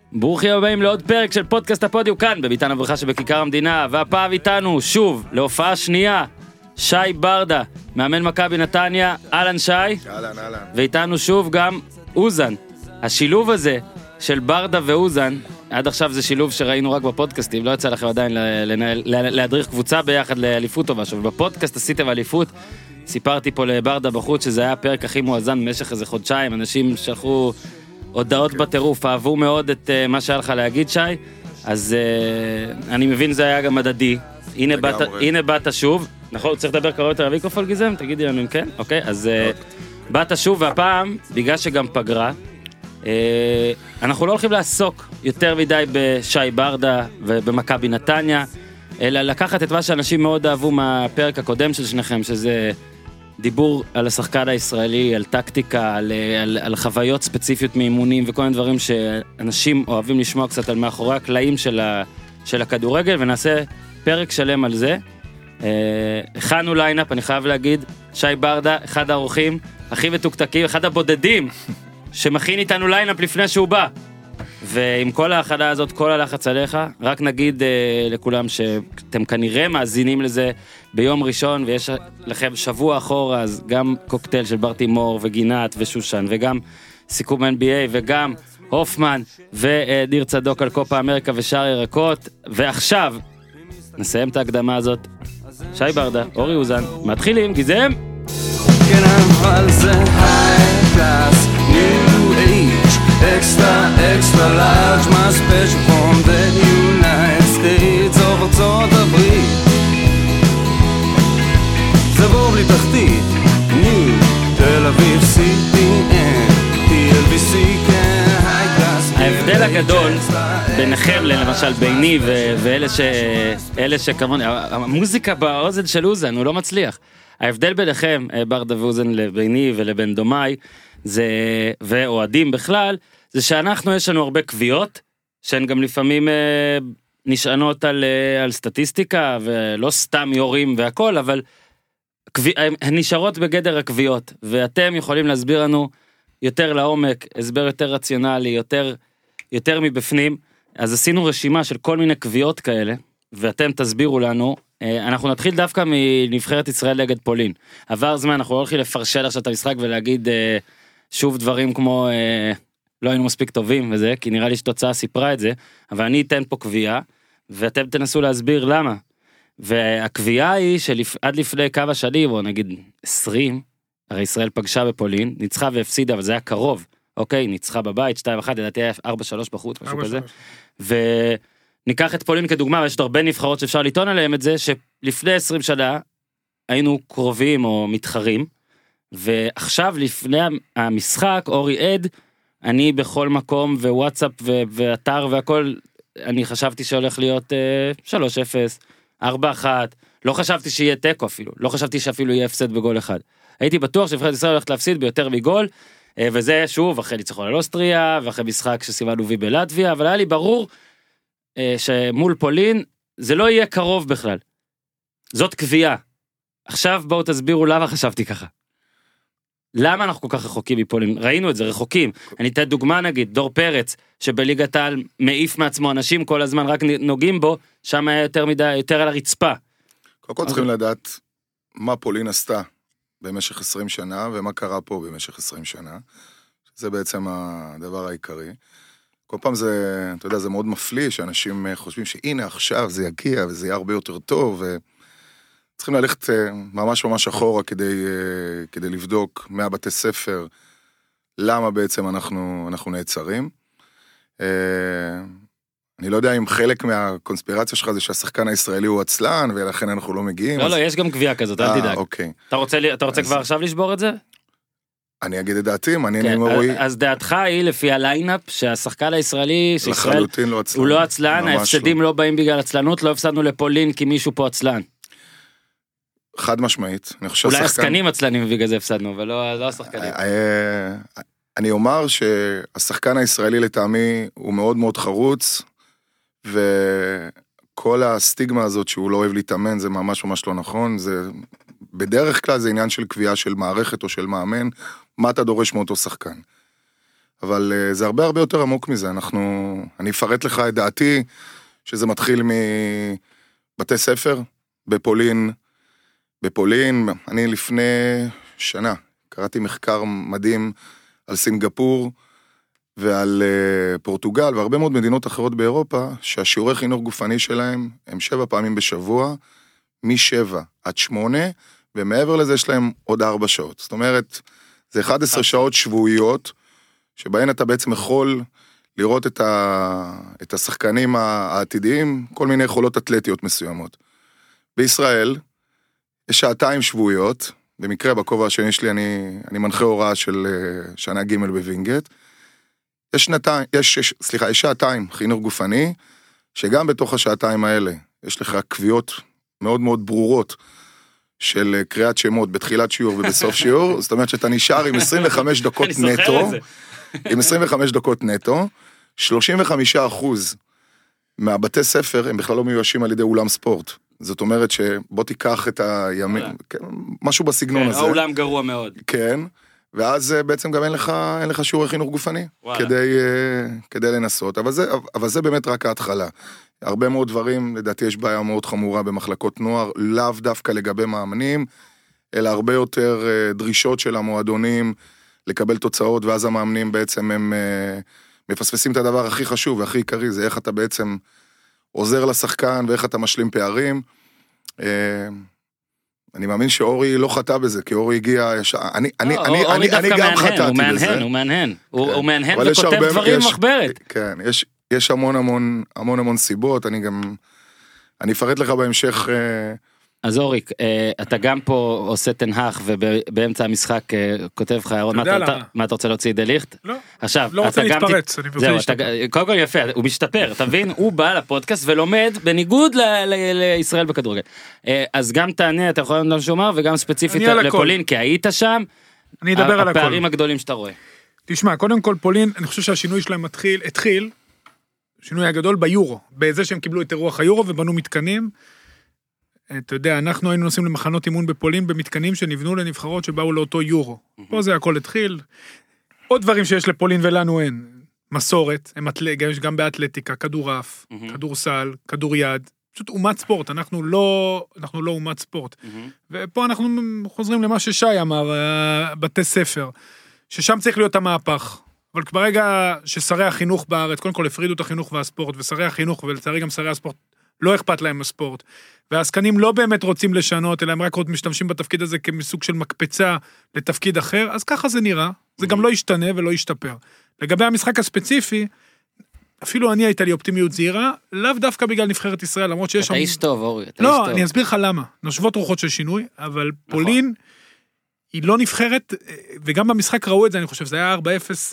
ברוכים הבאים לעוד פרק של פודקאסט הפודיו כאן בביתן הברכה שבכיכר המדינה, והפעם איתנו שוב להופעה שנייה שי ברדה, מאמן מכבי נתניה. אהלן שי. אהלן. ואיתנו שוב גם אוזן. השילוב הזה של ברדה ואוזן, עד עכשיו זה שילוב שראינו רק בפודקאסטים, לא יצא לכם עדיין להדריך קבוצה ביחד לאליפות או משהו, ובפודקאסט עשיתם אליפות. סיפרתי פה לברדה בחוץ שזה היה הפרק הכי מואזן במשך איזה חודשיים, אנשים שלחו הודעות בטירוף, אהבו מאוד את מה שהיה לך להגיד שי, אז אני מבין זה היה גם מדדי. הנה באת שוב, נכון, צריך לדבר קרוב יותר למיקרופון גיזם, תגידי לנו אם כן, אוקיי, אז באת שוב, והפעם, בגלל שגם פגרה, אנחנו לא הולכים לעסוק יותר מדי בשי ברדה ובמכבי נתניה, אלא לקחת את מה שאנשים מאוד אהבו מהפרק הקודם של שניכם, שזה דיבור על השחקן הישראלי, על טקטיקה, על חוויות ספציפיות מאימונים וכל מיני דברים שאנשים אוהבים לשמוע קצת על מאחורי הקלעים של הכדורגל, ונעשה פרק שלם על זה. הכנו ליינאפ, אני חייב להגיד, שי ברדה, אחד האורחים הכי מתוקתקים, אחד הבודדים שמכין איתנו ליינאפ לפני שהוא בא. ועם כל ההכנה הזאת, כל הלחץ עליך, רק נגיד לכולם שאתם כנראה מאזינים לזה ביום ראשון, ויש לכם שבוע אחורה, אז גם קוקטייל של בר תימור וגינת ושושן, וגם סיכום NBA, וגם הופמן ודיר צדוק על קופה אמריקה ושאר ירקות. ועכשיו נסיים את ההקדמה הזאת. שי ברדה, אורי אוזן, מתחילים, גיזם! כן, אבל זה high class, new age, extra large, my special from the United States of ארצות הברית. זה בור בלי תחתית, new, תל אביב, CPN, TLBC, כן, high class. ההבדל הגדול ביניכם, למשל ביני ואלה שכמוני, המוזיקה באוזן של אוזן, הוא לא מצליח. ההבדל ביניכם, ברדה ואוזן, לביני ולבין דומי, זה, ואוהדים בכלל, זה שאנחנו, יש לנו הרבה קביעות, שהן גם לפעמים נשענות על סטטיסטיקה, ולא סתם יורים והכל, אבל הן נשארות בגדר הקביעות, ואתם יכולים להסביר לנו יותר לעומק, הסבר יותר רציונלי, יותר מבפנים. אז עשינו רשימה של כל מיני קביעות כאלה, ואתם תסבירו לנו. אנחנו נתחיל דווקא מנבחרת ישראל נגד פולין. עבר זמן, אנחנו לא הולכים לפרשל עכשיו את המשחק ולהגיד שוב דברים כמו לא היינו מספיק טובים וזה, כי נראה לי שתוצאה סיפרה את זה, אבל אני אתן פה קביעה, ואתם תנסו להסביר למה. והקביעה היא שעד לפני כמה שנים, או נגיד 20, הרי ישראל פגשה בפולין, ניצחה והפסידה, אבל זה היה קרוב, אוקיי, ניצחה בבית, 2-1, לדעתי היה 4-3 בחוץ, משהו כזה, ניקח את פולין כדוגמה, ויש הרבה נבחרות שאפשר לטעון עליהם את זה, שלפני 20 שנה היינו קרובים או מתחרים, ועכשיו לפני המשחק, אורי עד, אני בכל מקום, ווואטסאפ ואתר והכל, אני חשבתי שהולך להיות 3-0, 4-1, לא חשבתי שיהיה טקו אפילו, לא חשבתי שאפילו יהיה הפסד בגול אחד. הייתי בטוח שנבחרת ישראל הולכת להפסיד ביותר מגול, וזה שוב, אחרי ניצחון על אוסטריה, ואחרי משחק שסימנו וי בלטביה, אבל היה לי ברור שמול פולין זה לא יהיה קרוב בכלל. זאת קביעה. עכשיו בואו תסבירו למה חשבתי ככה. למה אנחנו כל כך רחוקים מפולין? ראינו את זה, רחוקים. אני אתן דוגמה נגיד, דור פרץ, שבליגת העל מעיף מעצמו אנשים, כל הזמן רק נוגעים בו, שם היה יותר על הרצפה. קודם כל צריכים לדעת מה פולין עשתה במשך 20 שנה, ומה קרה פה במשך 20 שנה. זה בעצם הדבר העיקרי. כל פעם זה, אתה יודע, זה מאוד מפליא, שאנשים חושבים שהנה עכשיו זה יגיע, וזה יהיה הרבה יותר טוב, וצריכים ללכת ממש אחורה כדי לבדוק מהבתי ספר, למה בעצם אנחנו נעצרים. אני לא יודע אם חלק מהקונספירציה שלך זה שהשחקן הישראלי הוא עצלן, ולכן אנחנו לא מגיעים. לא, יש גם קביעה כזאת, אל תדאג. אוקיי. אתה רוצה כבר עכשיו לשבור את זה? אני אגיד את דעתי, מעניין עם אורי. אז דעתך היא לפי הליינאפ, שהשחקן הישראלי, שישראל, הוא לא עצלן, ההפסדים לא באים בגלל עצלנות, לא הפסדנו לפולין כי מישהו פה עצלן. חד משמעית. אולי השחקנים עצלנים בגלל זה הפסדנו, אבל לא השחקנים. אני אומר שהשחקן הישראלי לטעמי הוא מאוד מאוד חרוץ, וכל הסטיגמה הזאת שהוא לא אוהב להתאמן, זה ממש לא נכון, בדרך כלל זה עניין של קביעה של מערכת או של מאמן, מה אתה דורש מאותו שחקן. אבל זה הרבה הרבה יותר עמוק מזה. אני אפרט לך את דעתי, שזה מתחיל מבתי ספר, בפולין, אני לפני שנה, קראתי מחקר מדהים על סינגפור, ועל פורטוגל, והרבה מאוד מדינות אחרות באירופה, שהשיעורי חינוך גופני שלהם, הם 7 פעמים בשבוע, מ-7 עד 8, ומעבר לזה יש להם עוד 4 שעות. זאת אומרת, זה 11 שעות שבועיות, שבהן אתה בעצם יכול לראות את השחקנים העתידיים, כל מיני יכולות אתלטיות מסוימות. בישראל, יש 2 שבועיות, במקרה בכובע השני שלי אני מנחה הוראה של שנה ג' בווינגייט, יש 2 חינוך גופני, שגם בתוך 2 האלה, יש לך קביעות מאוד מאוד ברורות, של קריאת שמות בתחילת שיעור ובסוף שיעור, זאת אומרת שאתה נשאר עם 25 דקות נטו, עם 25 דקות נטו, 35% מהבתי ספר הם בכלל לא מיואשים על ידי אולם ספורט. זאת אומרת שבוא תיקח את הימים, משהו בסגנון הזה. האולם גרוע מאוד. כן, ואז בעצם גם אין לך שיעורי חינוך גופני, כדי לנסות, אבל זה באמת רק ההתחלה. הרבה מאוד דברים, לדעתי יש בעיה מאוד חמורה במחלקות נוער, לאו דווקא לגבי מאמנים, אלא הרבה יותר דרישות של המועדונים לקבל תוצאות, ואז המאמנים בעצם הם מפספסים את הדבר הכי חשוב והכי עיקרי, זה איך אתה בעצם עוזר לשחקן ואיך אתה משלים פערים. אני מאמין שאורי לא חטא בזה, כי אורי הגיע, אני גם חטאתי בזה. הוא מהנהן וכותב דברים מחברת. כן, יש המון סיבות, אני אפרט לך בהמשך. אז אוריק, אתה גם פה עושה תנהך, ובאמצע המשחק כותב לך, מה אתה רוצה להוציא דליכט? לא, עכשיו, לא רוצה להתפרץ, אני רוצה להשתפר. קודם כל יפה, הוא משתפר, תבין, הוא בא לפודקאסט ולומד בניגוד לישראל בכדורגל. אז גם תענה, אתה יכול לדעת מה שאומר, וגם ספציפית לפולין, כי היית שם, אני אדבר על הכל. הפערים הגדולים שאתה רואה. תשמע, קודם כל פולין, אני חושב שהשינוי שלהם התחיל, שינוי הגדול ביורו, בזה שהם קיבלו את אירוח היורו ובנו מתקנים. אתה יודע, אנחנו היינו נוסעים למחנות אימון בפולין, במתקנים שנבנו לנבחרות שבאו לאותו יורו. פה זה הכל התחיל. עוד דברים שיש לפולין ולנו אין. מסורת, יש גם באתלטיקה, כדורעף, כדורסל, כדוריד, פשוט אומת ספורט, אנחנו לא אומת ספורט. ופה אנחנו חוזרים למה ששי אמר, בתי ספר, ששם צריך להיות המהפך. אבל ברגע ששרי החינוך בארץ, קודם כל הפרידו את החינוך והספורט, ושרי החינוך, ולצערי גם שרי הספורט, לא אכפת להם הספורט. והעסקנים לא באמת רוצים לשנות, אלא הם רק עוד משתמשים בתפקיד הזה כמסוג של מקפצה לתפקיד אחר, אז ככה זה נראה. זה גם לא ישתנה ולא ישתפר. לגבי המשחק הספציפי, אפילו אני הייתה לי אופטימיות זהירה, לאו דווקא בגלל נבחרת ישראל, למרות שיש... אתה איש טוב, אורי, אתה איש לא, טוב. אני אסביר לך למה. נושבות רוחות של שינוי, אבל פולין היא לא נבחרת, וגם במשחק ראו את זה, אני חושב, זה היה 4-0...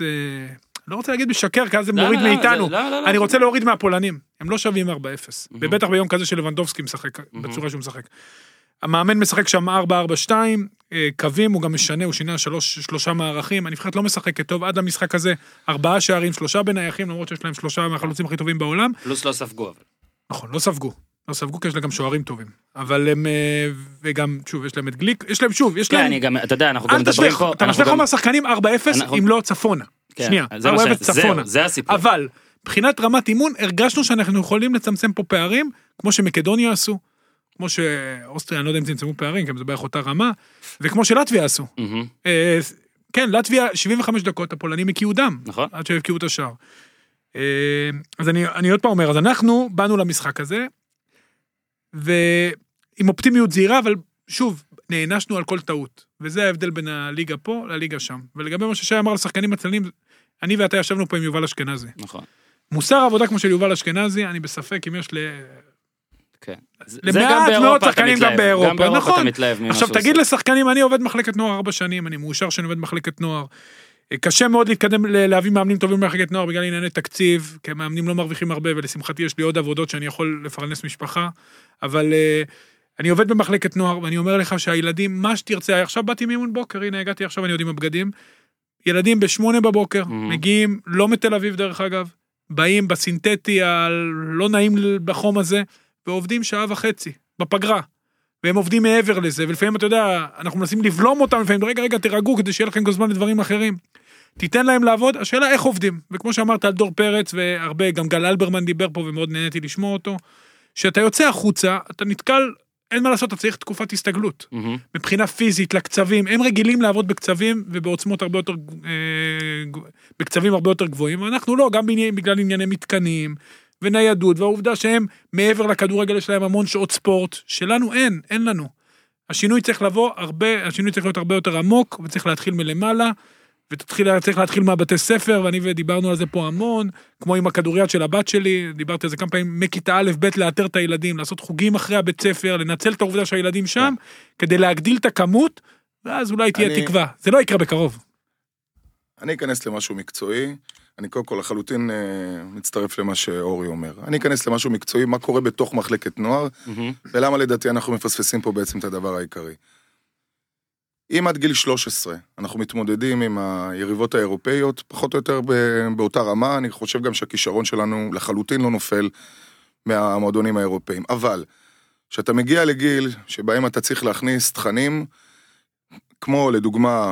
לא רוצה להגיד בשקר, כי אז זה מוריד מאיתנו. אני רוצה להוריד מהפולנים. הם לא שווים 4-0. ובטח ביום כזה של לבנדובסקי משחק, בצורה שהוא משחק. המאמן משחק שם 4-4-2, קווים, הוא גם משנה, הוא שינה 3 מערכים. הנבחרת לא משחקת טוב, עד למשחק הזה 4 שערים, 3 בנייחים, למרות שיש להם 3 מהחלוצים הכי טובים בעולם. פלוס לא ספגו. נכון, לא ספגו, כי יש לה גם שוערים טובים. אבל הם, וגם, שוב, יש להם את גליק, יש להם, שוב, יש להם... אתה יודע, אנחנו גם מדברים פה... אתה משלח אומר שחקנים 4-0, אם לא צפונה. שנייה, 4-0 צפונה. זה הסיפור. אבל, מבחינת רמת אימון, הרגשנו שאנחנו יכולים לצמצם פה פערים, כמו שמקדוניה עשו, כמו שאוסטריה, אני לא יודע אם צמצמו פערים, כי זה בערך אותה רמה, וכמו שלטביה עשו. כן, לטביה 75 דקות, הפולנים הקיעו דם. נכון. עד שהבקיעו את השער. אז אני עוד פעם אומר, אז אנחנו באנו למשחק הזה, ועם אופטימיות זהירה, אבל שוב, נענשנו על כל טעות, וזה ההבדל בין הליגה פה לליגה שם. ולגבי מה ששי אמר על שחקנים מצלנים, אני ואתה ישבנו פה עם יובל אשכנזי. נכון. מוסר העבודה כמו של יובל אשכנזי, אני בספק אם יש כן. למעט מאוד שחקנים גם באירופה. גם באירופה אתה נכון. מתלהב ממה עכשיו תגיד לשחקנים, אני עובד מחלקת נוער 4 שנים, אני מאושר שאני עובד מחלקת נוער. קשה מאוד להתקדם להביא מאמנים טובים במחלקת נוער בגלל ענייני תקציב, כי מאמנים לא מרוויחים הרבה, ולשמחתי יש לי עוד עבודות שאני יכול לפרנס משפחה, אבל אני עובד במחלקת נוער, ואני אומר לך שהילדים, מה שתרצה, עכשיו באתי מאימון בוקר, הנה הגעתי עכשיו, אני יודע עם הבגדים, ילדים ב8 בבוקר, מגיעים, לא מתל אביב דרך אגב, באים בסינתטי, לא נעים בחום הזה, ועובדים 1.5 שעה בפגרה, והם עובדים מעבר לזה, ולפעמים אתה יודע, אנחנו מנסים לבלום אותם, לפעמים, רגע, תירגעו, כדי שיהיה לכם זמן לדברים אחרים. תיתן להם לעבוד, השאלה איך עובדים, וכמו שאמרת על דור פרץ, והרבה, גם גל אלברמן דיבר פה, ומאוד נהניתי לשמוע אותו, שאתה יוצא החוצה, אתה נתקל, אין מה לעשות, אתה צריך תקופת הסתגלות, מבחינה פיזית, לקצבים, הם רגילים לעבוד בקצבים, ובעוצמות הרבה יותר, בקצבים הרבה יותר גבוהים, ואנחנו לא, גם בגלל ענייני מתקנים, וניידות, והעובדה שהם, מעבר לכדורגל יש להם המון שעות ספורט, שלנו אין לנו. השינוי צריך להיות הרבה יותר עמוק, וצריך להתחיל מלמעלה, וצריך להתחיל מהבתי ספר, ואני ודיברנו על זה פה המון, כמו עם הכדוריד של הבת שלי, דיברתי על זה כמה פעמים, מכיתה א' ב' לאתר את הילדים, לעשות חוגים אחרי הבית ספר, לנצל את העובדה שהילדים שם, כדי להגדיל את הכמות, ואז אולי תהיה תקווה. זה לא יקרה בקרוב. אני אכנס למשהו מקצועי, אני קודם כל לחלוטין מצטרף למה שאורי אומר. אני אכנס למשהו מקצועי, מה קורה בתוך מחלקת נוער, ולמה לדעתי אנחנו מפספסים פה בעצם את הדבר העיקרי. אם עד גיל 13 אנחנו מתמודדים עם היריבות האירופאיות, פחות או יותר באותה רמה, אני חושב גם שהכישרון שלנו לחלוטין לא נופל מהמועדונים האירופאים. אבל, שאתה מגיע לגיל שבהם אתה צריך להכניס תכנים, כמו לדוגמה,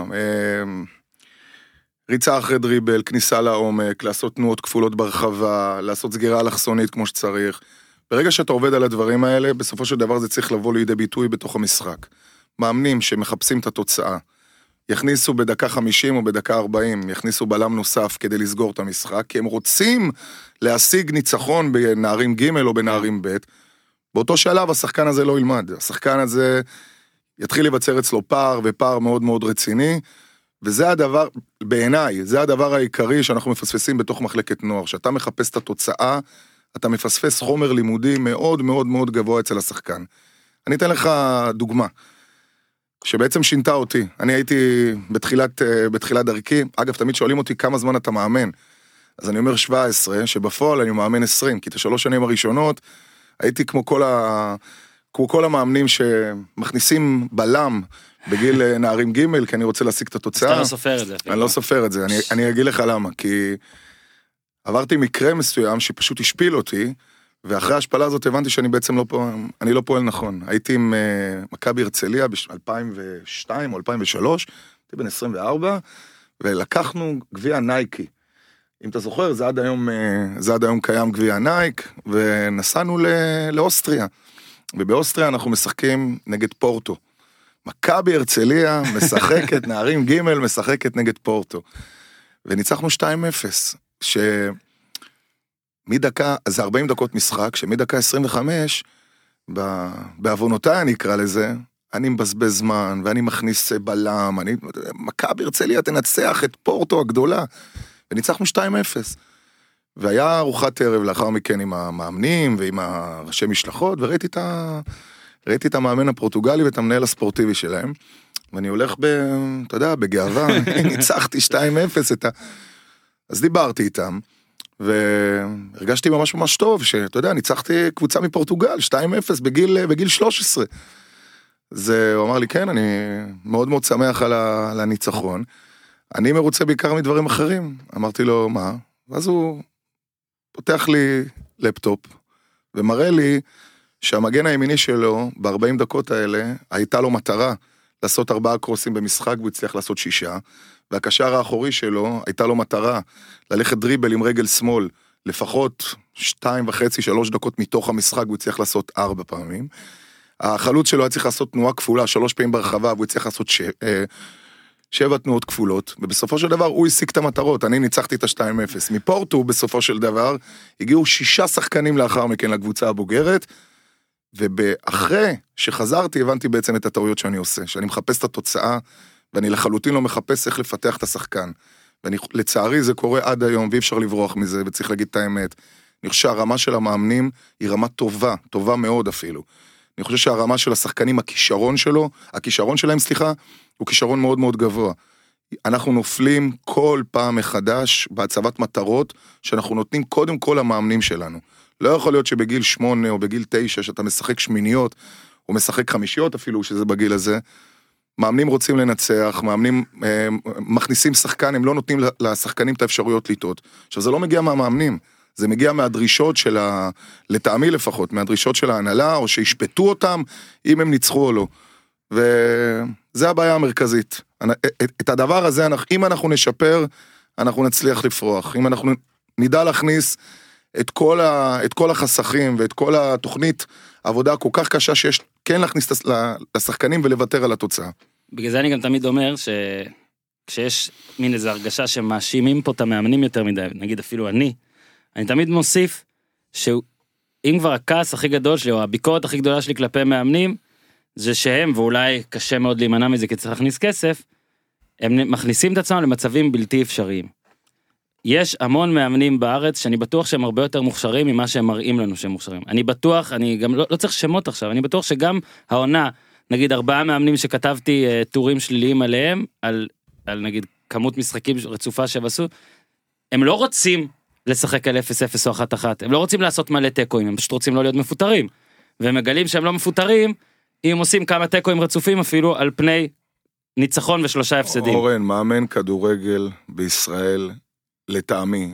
ריצה אחרי דריבל, כניסה לעומק, לעשות תנועות כפולות ברחבה, לעשות סגירה אלכסונית כמו שצריך. ברגע שאתה עובד על הדברים האלה, בסופו של דבר זה צריך לבוא לידי ביטוי בתוך המשחק. מאמנים שמחפשים את התוצאה, יכניסו בדקה 50 או בדקה 40, יכניסו בלם נוסף כדי לסגור את המשחק, כי הם רוצים להשיג ניצחון בנערים ג' או בנערים ב', באותו שלב השחקן הזה לא ילמד, השחקן הזה יתחיל להיווצר אצלו פער, ופער מאוד מאוד רציני, וזה הדבר, בעיניי, זה הדבר העיקרי שאנחנו מפספסים בתוך מחלקת נוער, שאתה מחפש את התוצאה, אתה מפספס חומר לימודי מאוד מאוד מאוד גבוה אצל השחקן. אני אתן לך דוגמה, שבעצם שינתה אותי. אני הייתי בתחילת דרכי, אגב, תמיד שואלים אותי כמה זמן אתה מאמן. אז אני אומר 17, שבפועל אני מאמן 20, כי את 3 שנים הראשונות, הייתי כמו כל המאמנים שמכניסים בלם בגיל נערים ג' כי אני רוצה להשיג את התוצאה. אתה לא סופר את זה. אני לא סופר את זה, אני אגיד לך למה, כי עברתי מקרה מסוים שפשוט השפיל אותי, ואחרי ההשפלה הזאת הבנתי שאני בעצם לא פועל נכון. הייתי עם מכבי הרצליה ב-2002 או 2003, הייתי בן 24, ולקחנו גביע נייקי. אם אתה זוכר, זה עד היום קיים גביע נייק, ונסענו לאוסטריה. ובאוסטריה אנחנו משחקים נגד פורטו. מכבי הרצליה משחקת, נערים ג' משחקת נגד פורטו. וניצחנו 2-0, מדקה, זה 40 דקות משחק, שמדקה 25, בעוונותיי אני אקרא לזה, אני מבזבז זמן, ואני מכניס בלם, מכבי הרצליה תנצח את פורטו הגדולה, וניצחנו 2-0. והיה ארוחת ערב לאחר מכן עם המאמנים, ועם הראשי משלחות, וראיתי את המאמן הפורטוגלי, ואת המנהל הספורטיבי שלהם, ואני הולך אתה יודע, בגאווה, ניצחתי 2-0, אז דיברתי איתם, והרגשתי ממש ממש טוב, שאתה יודע, ניצחתי קבוצה מפורטוגל, 2-0 בגיל 13. הוא אמר לי, כן, אני מאוד מאוד שמח על הניצחון, אני מרוצה בעיקר מדברים אחרים. אמרתי לו, מה? ואז הוא פותח לי לפטופ, ומראה לי שהמגן הימיני שלו, ב-40 דקות האלה, הייתה לו מטרה לעשות 4 קרוסים במשחק, והוא הצליח לעשות 6, והקשר האחורי שלו, הייתה לו מטרה ללכת דריבל עם רגל שמאל, לפחות 2.5-3 דקות מתוך המשחק, והוא הצליח לעשות 4 פעמים. החלוץ שלו היה צריך לעשות תנועה כפולה, 3 פעמים ברחבה, והוא הצליח לעשות 7 תנועות כפולות, ובסופו של דבר הוא השיג את המטרות, אני ניצחתי את ה-2-0. מפורטו בסופו של דבר, הגיעו 6 שחקנים לאחר מכן לקבוצה הבוגרת, ואחרי שחזרתי הבנתי בעצם את הטעויות שאני עושה, שאני מחפש את התוצאה, ואני לחלוטין לא מחפש איך לפתח את השחקן, ולצערי זה קורה עד היום, ואי אפשר לברוח מזה, וצריך להגיד את האמת. אני חושב שהרמה של המאמנים היא רמה טובה, טובה מאוד אפילו. אני חושב שהרמה של השחקנים, הכישרון שלהם, הוא כישרון מאוד מאוד גבוה. אנחנו נופלים כל פעם מחדש בהצבת מטרות, שאנחנו נותנים קודם כל למאמנים שלנו. לא יכול להיות שבגיל 8 או בגיל 9, שאתה משחק שמיניות, או משחק 5 אפילו, שזה בגיל הזה, מאמנים רוצים לנצח, מאמנים מכניסים שחקן, הם לא נותנים לשחקנים את האפשרויות לטעות. עכשיו, זה לא מגיע מהמאמנים, זה מגיע מהדרישות של לטעמי לפחות, מהדרישות של ההנהלה, או שישפטו אותם, אם הם ניצחו או לא. וזה הבעיה המרכזית. את הדבר הזה, אם אנחנו נשפר, אנחנו נצליח לפרוח. אם אנחנו נדע להכניס את כל החסכים ואת כל התוכנית עבודה כל כך קשה שיש כן להכניס לשחקנים ולוותר על התוצאה. בגלל זה אני גם תמיד אומר שכשיש מין איזו הרגשה שמאשימים פה את המאמנים יותר מדי, נגיד אפילו אני תמיד מוסיף שאם כבר הכעס הכי גדול שלי, או הביקורת הכי גדולה שלי כלפי מאמנים, זה שהם, ואולי קשה מאוד להימנע מזה כי צריך להכניס כסף, הם מכניסים את עצמם למצבים בלתי אפשריים. יש המון מאמנים בארץ שאני בטוח שהם הרבה יותר מוכשרים ממה שהם מראים לנו שהם מוכשרים. אני בטוח, אני גם לא צריך שמות עכשיו, אני בטוח שגם העונה, נגיד 4 מאמנים שכתבתי טורים שליליים עליהם, על נגיד כמות משחקים רצופה שהם עשו, הם לא רוצים לשחק על 0-0 או 1-1, הם לא רוצים לעשות מלא טקואים, הם פשוט רוצים לא להיות מפוטרים, והם מגלים שהם לא מפוטרים, אם עושים כמה טקואים רצופים אפילו על פני ניצחון ו3 הפסדים. אורן, מאמן כדורגל בישראל, לטעמי,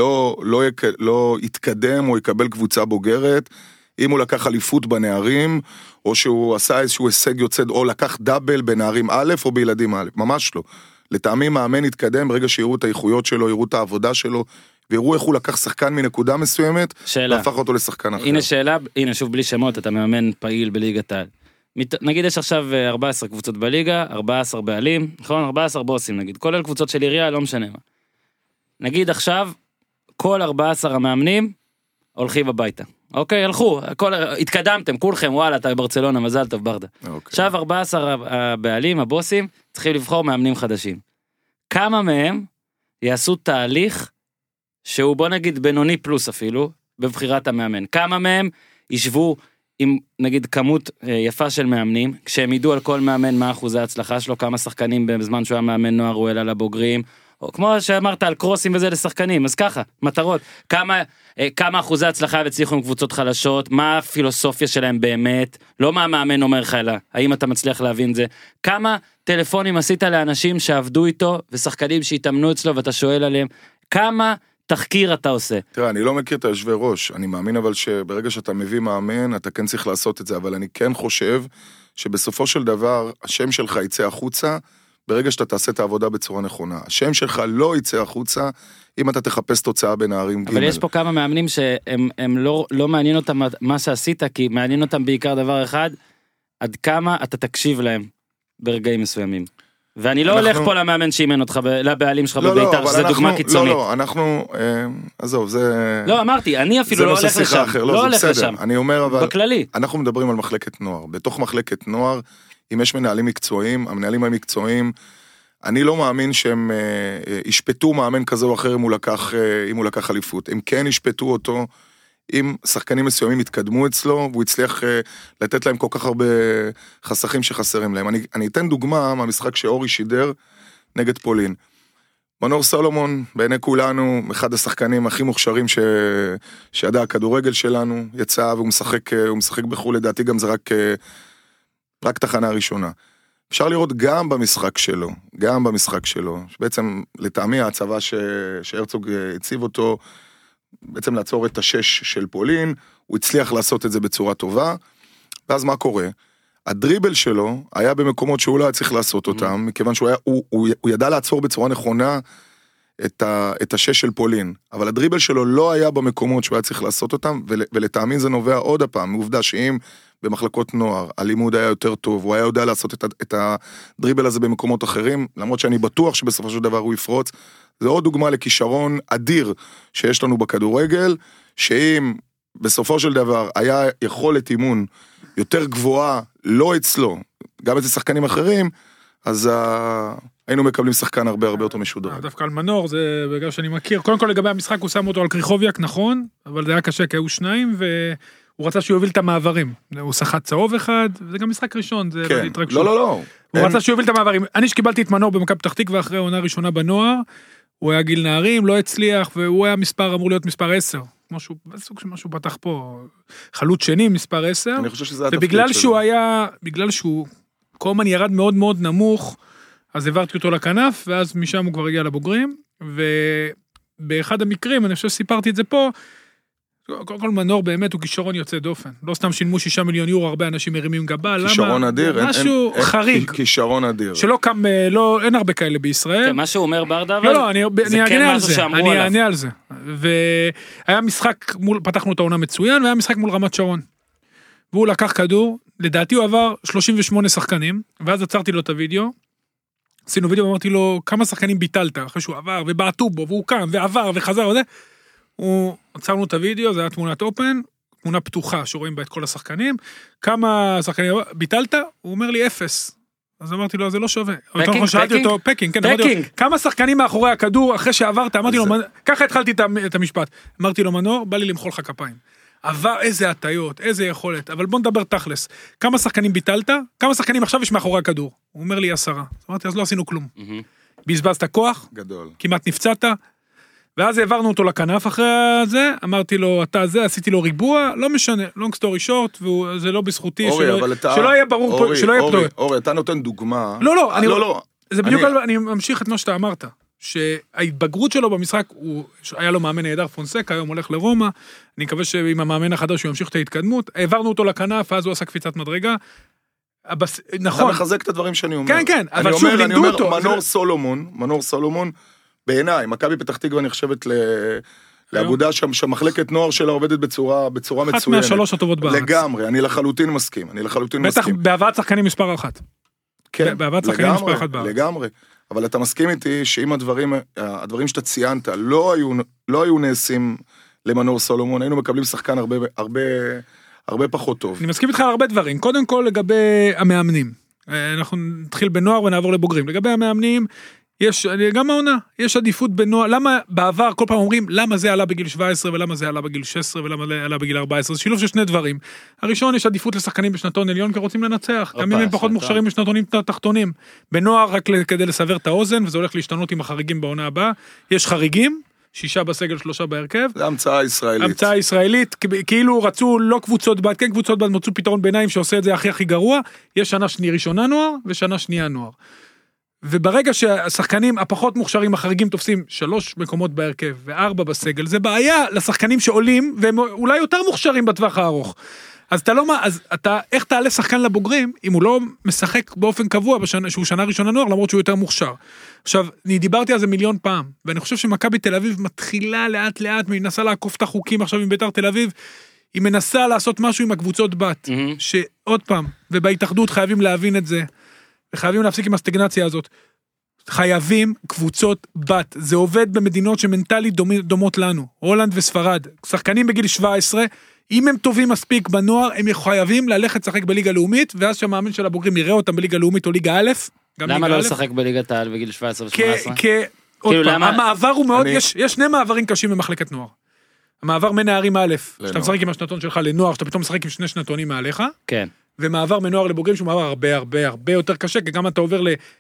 לא יתקדם או יקבל קבוצה בוגרת, אם הוא לקח אליפות בנערים, או שהוא עשה איזשהו הישג יוצא, או לקח דאבל בנערים א' או בילדים א', ממש לא. לטעמי מאמן יתקדם ברגע שיראו את האיכויות שלו, יראו את העבודה שלו, ויראו איך הוא לקח שחקן מנקודה מסוימת, והפך אותו לשחקן אחר. הנה שאלה, הנה שוב בלי שמות, אתה מאמן פעיל בליגת העל. נגיד יש עכשיו 14 קבוצות בליגה, 14 בעלים, נכון? 14 בוסים נגיד, כולל קבוצות של עירייה, לא משנה מה. נגיד עכשיו, כל 14 המאמנים הולכים הביתה. אוקיי, הלכו, התקדמתם, כולכם, וואלה, אתה בברצלונה, מזל טוב, ברדה. עכשיו 14 הבעלים, הבוסים, צריכים לבחור מאמנים חדשים. כמה מהם יעשו תהליך שהוא בוא נגיד בינוני פלוס אפילו, בבחירת המאמן. כמה מהם ישבו עם נגיד כמות יפה של מאמנים, כשהם ידעו על כל מאמן מה אחוזי ההצלחה שלו, כמה שחקנים בזמן שהוא היה מאמן נוער הוא אלה לבוגרים, או כמו שאמרת על קרוסים וזה לשחקנים, אז ככה, מטרות, כמה אחוזי הצלחה הצליחו עם קבוצות חלשות, מה הפילוסופיה שלהם באמת, לא מה המאמן אומר לך אלא, האם אתה מצליח להבין זה, כמה טלפונים עשית לאנשים שעבדו איתו, ושחקנים שהתאמנו אצלו ואתה שואל עליהם, כמה תחקיר אתה עושה. תראה, אני לא מכיר את היושבי ראש, אני מאמין אבל שברגע שאתה מביא מאמן, אתה כן צריך לעשות את זה, אבל אני כן חושב שבסופו של דבר, השם שלך יצא החוצה, ברגע שאתה תעשה את העבודה בצורה נכונה. השם שלך לא יצא החוצה, אם אתה תחפש תוצאה בנערים ג'. אבל יש פה כמה מאמנים שהם לא מעניין אותם מה שעשית, כי מעניין אותם בעיקר דבר אחד, עד כמה אתה תקשיב להם ברגעים מסוימים. ואני לא הולך פה למאמן שאימן אותך, לבעלים שלך בביתר, שזה דוגמה קיצונית. לא, אנחנו, עזוב, זה... לא, אמרתי, אני אפילו לא הולך לשם. לא הולך לשם. אני אומר, אבל... בכללי. אנחנו מדברים על מחלקת נוער. בתוך מחלקת נוער, אם יש מנהלים מקצועיים, המנהלים המקצועיים, אני לא מאמין שהם ישפטו מאמן כזה או אחר אם הוא לקח אליפות. הם כן ישפטו אותו, אם שחקנים מסוימים התקדמו אצלו, והוא הצליח לתת להם כל כך הרבה חסכים שחסרים להם. אני אתן דוגמה מהמשחק שאורי שידר נגד פולין. מנור סולומון, בעיני כולנו, אחד השחקנים הכי מוכשרים שידע הכדורגל שלנו, יצא והוא משחק בחו"ל, לדעתי גם זה רק תחנה ראשונה. אפשר לראות גם במשחק שלו, שבעצם לטעמי ההצבה שהרצוג הציב אותו, בעצם לעצור את השש של פולין, הוא הצליח לעשות את זה בצורה טובה, ואז מה קורה? הדריבל שלו היה במקומות שהוא לא היה צריך לעשות אותם, מכיוון שהוא ידע לעצור בצורה נכונה את השש של פולין, אבל הדריבל שלו לא היה במקומות שהוא היה צריך לעשות אותם, ולטעמי זה נובע עוד הפעם, מעובדה שאם במחלקות נוער, הלימוד היה יותר טוב, הוא היה יודע לעשות את הדריבל הזה במקומות אחרים, למרות שאני בטוח שבסופו של דבר הוא יפרוץ, זה עוד דוגמה לכישרון אדיר שיש לנו בכדורגל, שאם בסופו של דבר היה יכולת אימון יותר גבוהה, לא אצלו, גם אצל שחקנים אחרים, אז היינו מקבלים שחקן הרבה יותר משודרג. דווקא על מנור, זה בגלל שאני מכיר, קודם כל לגבי המשחק הוא שם אותו על קריחוביאק, נכון, אבל זה היה קשה, כי היו שניים, והוא רצה שהוא יוביל את המעברים, הוא שחט צהוב אחד, וזה גם משחק ראשון, זה כן, לא. הוא רצה שהוא יוביל את המעברים, אני שקיבלתי את מנור במכבי פתח תקווה אחרי העונה הראשונה בנוער, הוא היה גיל נערים, לא הצליח, והוא היה אמור להיות מספר 10, סוג שמשהו פתח פה, חלוץ שני, מספר 10, אני חושב שזה ובגלל שהוא קומן ירד מאוד מאוד נמוך, אז העברתי אותו לכנף, ואז משם הוא כבר הגיע לבוגרים, ובאחד המקרים, אני חושב שסיפרתי את זה פה, קודם כל מנור באמת הוא כישרון יוצא דופן. לא סתם שילמו 6 מיליון יורו, הרבה אנשים מרימים גבה, למה? כישרון אדיר. משהו חריג. כישרון אדיר. שלא קם, אין הרבה כאלה בישראל. מה שהוא אומר ברדה, אבל לא, אני אענה על זה. שאמרו עליו. אני אענה על זה. והיה משחק פתחנו את העונה מצוין, והיה משחק מול רמת שרון. והוא לקח כדור, לדעתי הוא עבר 38 שחקנים, ואז עצרתי לו את הוידאו, עשינו וידאו ואמרתי לו, כמה שחקנים ביטלת, אחרי שהוא עבר, ובעטו בו, והוא קם, ועבר, וחזר, וזה. הוא עצרנו את הוידאו, זה היה תמונת אופן, תמונה פתוחה, שרואים בה את כל השחקנים, כמה שחקנים ביטלת? הוא אומר לי 0. אז אמרתי לו, זה לא שווה. פקינג, כן, כמה שחקנים מאחורי הכדור, אחרי שעברת, אמרתי לו, ככה התחלתי את המשפט, אמרתי לו, מנור, בא לי למחול לך כפיים. עבר איזה הטיות, איזה יכולת, אבל בוא נדבר תכלס. כמה שחקנים ביטלת? כמה שחקנים עכשיו יש מאחורי הכדור? הוא אומר לי 10. אמרתי, אז לא עשינו כלום. בזבזת כוח, גדול. כמעט נפצעת, ואז העברנו אותו לכנף אחרי זה, אמרתי לו, אתה זה, עשיתי לו ריבוע, לא משנה, long story short, וזה לא בזכותי, שלא יהיה ברור, שלא יהיה פתוח. אורי, אתה נותן דוגמה. לא, זה בדיוק, אני ממשיך את מה שאתה אמרת. שההתבגרות שלו במשחק, היה לו מאמן נהדר פונסקה, היום הולך לרומא, אני מקווה שעם המאמן החדש הוא ימשיך את ההתקדמות, העברנו אותו לכנף, אז הוא עשה קפיצת מדרגה, נכון. אתה מחזק את הדברים שאני אומר. כן, אבל שוב לימדו אותו. מנור סולומון, בעיניי, מכבי פתח תקווה נחשבת לעבודה שהמחלקת נוער שלה עובדת בצורה מצוינת. אחת מהשלוש הטובות בארץ. לגמרי, אני לחלוטין מסכים. בטח בהבאת שחקנים מספר 1. כן, בהבאת שחקנים מספר 1 בארץ. לגמרי. אבל אתה מסכים איתי שאם הדברים שאתה ציינת לא היו נעשים למנור סולומון, היינו מקבלים שחקן הרבה פחות טוב. אני מסכים איתך על הרבה דברים. קודם כל לגבי המאמנים. אנחנו נתחיל בנוער ונעבור לבוגרים. לגבי המאמנים, גם העונה, יש עדיפות בנוער. למה בעבר כל פעם אומרים, למה זה עלה בגיל 17 ולמה זה עלה בגיל 16 ולמה זה עלה בגיל 14? זה שילוב של שני דברים. הראשון, יש עדיפות לשחקנים בשנתון עליון כי רוצים לנצח. גם אם הם פחות מוכשרים בשנתונים תחתונים. בנוער רק כדי לסבר את האוזן, וזה הולך להשתנות עם החריגים בעונה הבאה. יש חריגים, 6 בסגל, 3 בהרכב. זה המצאה ישראלית. המצאה ישראלית, כאילו רצו לא קבוצות בת, כן קבוצות בת, מצאו פתרון ביניים שעושה את זה הכי גרוע. יש שנה ראשונה נוער ושנה שנייה נוער. וברגע שהשחקנים הפחות מוכשרים החריגים תופסים 3 מקומות בהרכב ו4 בסגל, זה בעיה לשחקנים שעולים והם אולי יותר מוכשרים בטווח הארוך. אז איך תעלה שחקן לבוגרים אם הוא לא משחק באופן קבוע שהוא שנה ראשונה נוער למרות שהוא יותר מוכשר. עכשיו, אני דיברתי על זה מיליון פעם, ואני חושב שמכבי תל אביב מתחילה לאט לאט, מנסה לעקוף את החוקים עכשיו עם בית"ר תל אביב, היא מנסה לעשות משהו עם הקבוצות בת, שעוד פעם, ובהתאחדות חייבים להבין את זה, וחייבים להפסיק עם הסטגנציה הזאת. חייבים קבוצות בת. זה עובד במדינות שמנטלית דומות לנו. הולנד וספרד. שחקנים בגיל 17, אם הם טובים מספיק בנוער, הם חייבים ללכת לשחק בליגה לאומית, ואז שהמאמן של הבוגרים יראה אותם בליגה לאומית או ליגה א'. למה לא לשחק בליגת העל בגיל 17 ו-18? עוד פעם, המעבר הוא מאוד, יש שני מעברים קשים במחלקת נוער. המעבר מנערים א', שאתה משחק עם השנתון שלך לנוער, שאתה פתאום משחק עם 2 שנתונים מעליך. כן. ומעבר מנוער לבוגרים שהוא מעבר הרבה יותר קשה, כי גם אתה עובר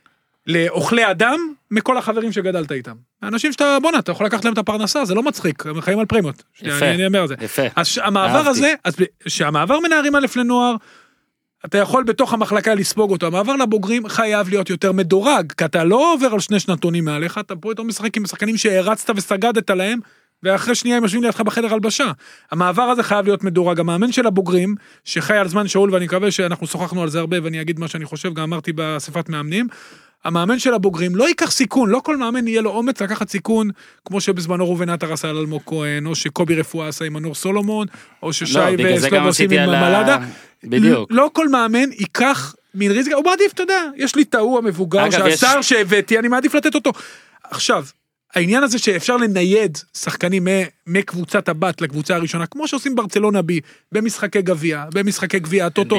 לאוכלי אדם מכל החברים שגדלת איתם. האנשים שאתה, בונה, אתה יכול לקחת להם את הפרנסה, זה לא מצחיק, הם חיים על פרמיות. אני אומר זה. יפה. אז המעבר הזה, שהמעבר מנערים א' לנוער, אתה יכול בתוך המחלקה לספוג אותו. המעבר לבוגרים חייב להיות יותר מדורג, כי אתה לא עובר על 2 שנתונים מעליך, אתה פה יותר משחק עם משחקנים שהרצת וסגדת להם, ואחרי שנייה הם יושבים לידך בחדר הלבשה. המעבר הזה חייב להיות מדורג. המאמן של הבוגרים, שחי על זמן שאול, ואני מקווה שאנחנו שוחחנו על זה הרבה, ואני אגיד מה שאני חושב, גם אמרתי באספת מאמנים, המאמן של הבוגרים לא ייקח סיכון, לא כל מאמן יהיה לו אומץ לקחת סיכון, כמו שבזמנו ראובן עטר עשה על אלמוג כהן, או שקובי רפואה עשה עם מנור סולומון, או ששי וסלוב עושים עם מלאדה. בדיוק. לא כל מאמן ייקח מין ריזיקה, הוא מעדיף, אתה יודע, יש לי את ההוא המבוגר, שהשר שהבאתי, אני מעדיף לתת אותו. עכשיו, העניין הזה שאפשר לנייד שחקנים מקבוצת הבת לקבוצה הראשונה, כמו שעושים ברצלונה בי, במשחקי גביע, במשחקי גביע הטוטו,